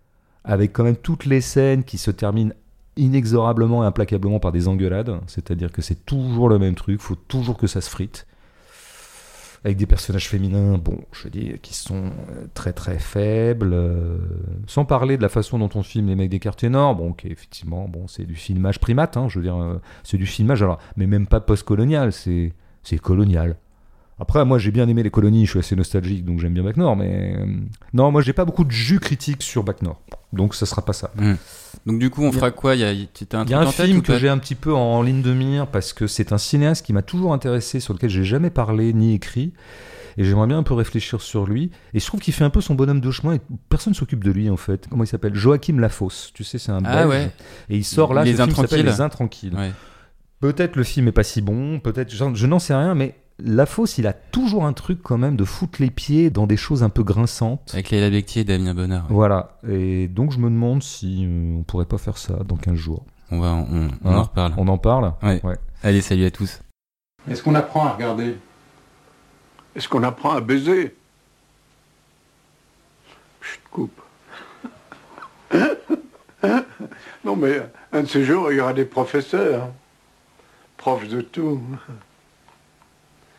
avec quand même toutes les scènes qui se terminent inexorablement et implacablement par des engueulades, c'est-à-dire que c'est toujours le même truc, faut toujours que ça se frite, avec des personnages féminins, bon, je dis, qui sont très très faibles, euh, sans parler de la façon dont on filme les mecs des quartiers nord, bon, qui effectivement, bon, c'est du filmage primate, hein, je veux dire, euh, c'est du filmage, alors, mais même pas post-colonial, c'est, c'est colonial. Après, moi, j'ai bien aimé les colonies, je suis assez nostalgique, donc j'aime bien Bac Nord, mais... Euh, non, moi, j'ai pas beaucoup de jus critique sur Bac Nord, donc ça sera pas ça. Mmh. Donc du coup, on fera quoi ? Il y a, un, il y a un film que j'ai un petit peu en ligne de mire, parce que c'est un cinéaste qui m'a toujours intéressé, sur lequel j'ai jamais parlé ni écrit, et j'aimerais bien un peu réfléchir sur lui, et je trouve qu'il fait un peu son bonhomme de chemin, et personne s'occupe de lui, en fait. Comment il s'appelle ? Joachim Lafosse, tu sais, c'est un ah, Belge, ouais. Et il sort là, les ce film s'appelle Les Intranquilles. Ouais. Peut-être le film est pas si bon, peut-être, je, je n'en sais rien, mais... Lafosse, il a toujours un truc quand même de foutre les pieds dans des choses un peu grinçantes. Avec Léla Bectier et Damien Bonnard. Ouais. Voilà. Et donc je me demande si euh, on pourrait pas faire ça dans quinze jours. On va, on, on hein en reparle. On en parle. Ouais. Ouais. Allez, salut à tous. Est-ce qu'on apprend à regarder ? Est-ce qu'on apprend à baiser ? Je te coupe. Non mais un de ces jours, il y aura des professeurs, profs de tout.